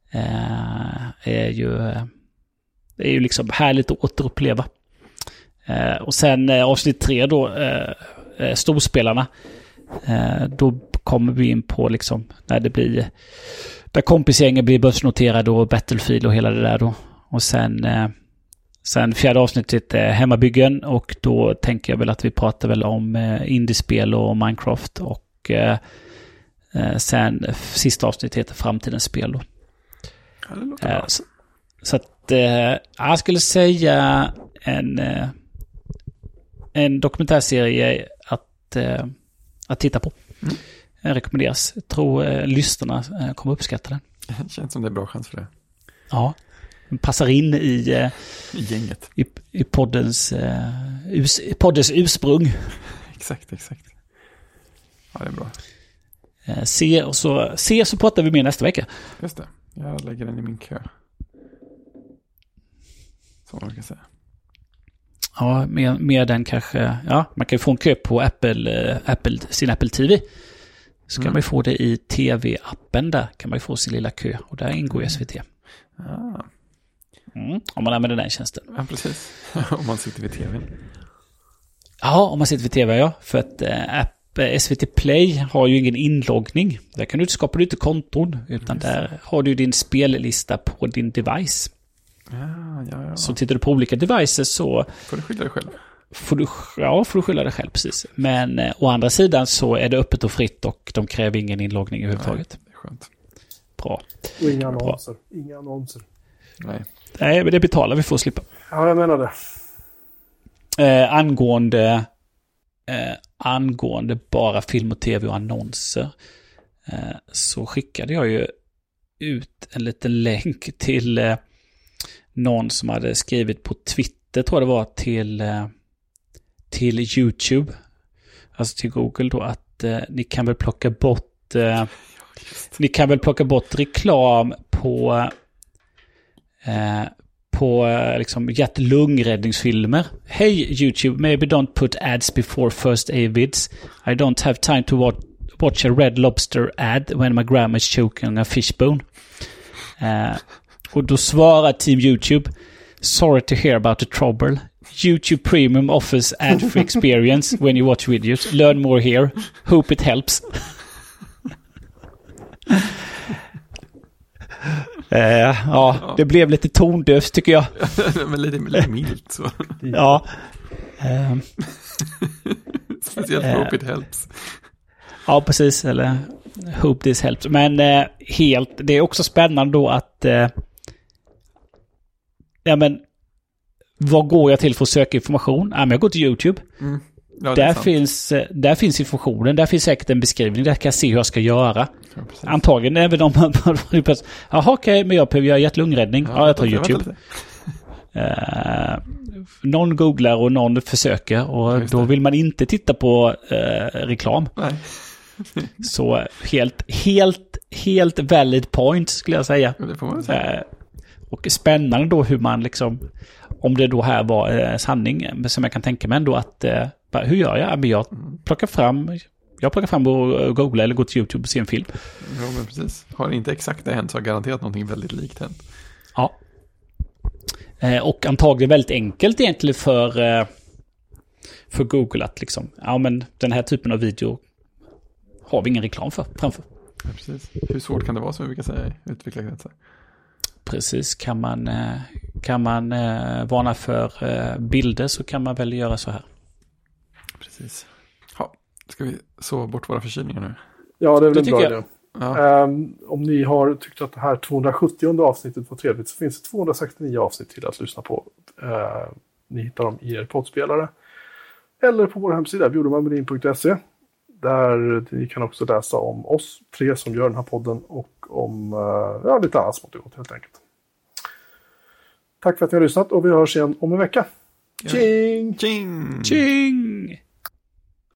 Det är ju liksom härligt att återuppleva. Och sen avsnitt 3 då, storspelarna. Då kommer vi in på liksom när det blir, där kompisgängen blir börsnoterade och Battlefield och hela det där då. Och sen 4:e avsnittet hemmabyggen och då tänker jag väl att vi pratar väl om indiespel och Minecraft och sen sista avsnittet heter Framtidens spel då. Så att jag skulle säga en dokumentärserie att titta på. Rekommenderas. Jag tror lyssnarna kommer uppskatta den. Det känns som det är bra chans för det. Ja. Den passar in i gänget. I poddens ursprung. Exakt. Ja, det är bra. Så pratar vi med nästa vecka. Just det. Jag lägger den i min kö. Så man kan säga. Ja, med den kanske... Ja, man kan ju få en kö på sin Apple TV. Så kan man ju få det i TV-appen där. Kan man ju få sin lilla kö. Och där ingår SVT. Om man använder den tjänsten. Ja, precis. Om man sitter vid tvn. Ja, om man sitter vid tv, ja. För att SVT Play har ju ingen inloggning. Där kan du inte skapa lite konton. Utan där har du din spellista på din device. Ja. Så tittar du på olika devices så... Får du skylla dig själv? Får du skylla dig själv, precis. Men å andra sidan så är det öppet och fritt och de kräver ingen inloggning överhuvudtaget. Nej, det är skönt. Bra. Och inga annonser. Inga annonser. Nej, men det betalar vi för att slippa. Ja, jag menar det. Angående bara film och tv och annonser så skickade jag ju ut en liten länk till någon som hade skrivit på Twitter, tror jag det var, till YouTube, alltså till Google då, att ni kan väl plocka bort reklam på liksom hjärt-lungräddningsfilmer. Hey YouTube, maybe don't put ads before first aid vids. I don't have time to watch a Red Lobster ad when my grandma is choking on a fishbone. Och då svarar Team YouTube: sorry to hear about the trouble. YouTube Premium offers ad-free experience when you watch videos. Learn more here. Hope it helps. Ja, det blev lite tondövs tycker jag. Men lite milt så. Ja. Speciellt Hope it helps. Ja, precis. Eller Hope this helps. Men det är också spännande då att vad går jag till för att söka information? Men jag går till YouTube. Ja, där finns informationen. Där finns säkert en beskrivning. Där kan jag se hur jag ska göra. Ja, antagligen även om man... Jaha, okej, men jag behöver göra hjärt-lungräddning. Ja, jag tar YouTube. Någon googlar och någon försöker. Och då vill man inte titta på reklam. Nej. Så helt valid point skulle jag säga. Det får man säga. Och spännande då hur man liksom... Om det då här var sanning, som jag kan tänka mig ändå att... hur gör jag? Men jag plockar fram och googlar eller går till YouTube och ser en film. Ja, men precis. Har inte exakt det hänt så har garanterat någonting väldigt likt hänt. Ja. Och antagligen väldigt enkelt egentligen för Google att liksom, men den här typen av video har vi ingen reklam framför. Ja, precis. Hur svårt kan det vara som vi brukar säga i utvecklarkretsar? Precis, kan man varna för bilder så kan man väl göra så här. Precis. Ja, ska vi sova bort våra förkylningar nu? Ja, det är väl en bra idé. Ja. Om ni har tyckt att det här 270 avsnittet var trevligt så finns det 269 avsnitt till att lyssna på. Ni hittar dem i er poddspelare. Eller på vår hemsida, bjurmanmedin.se. Där ni kan också läsa om oss 3 som gör den här podden och om lite annat smått och gott helt enkelt. Tack för att ni har lyssnat och vi hörs igen om en vecka. Ja. Tjing! Tjing! Tjing!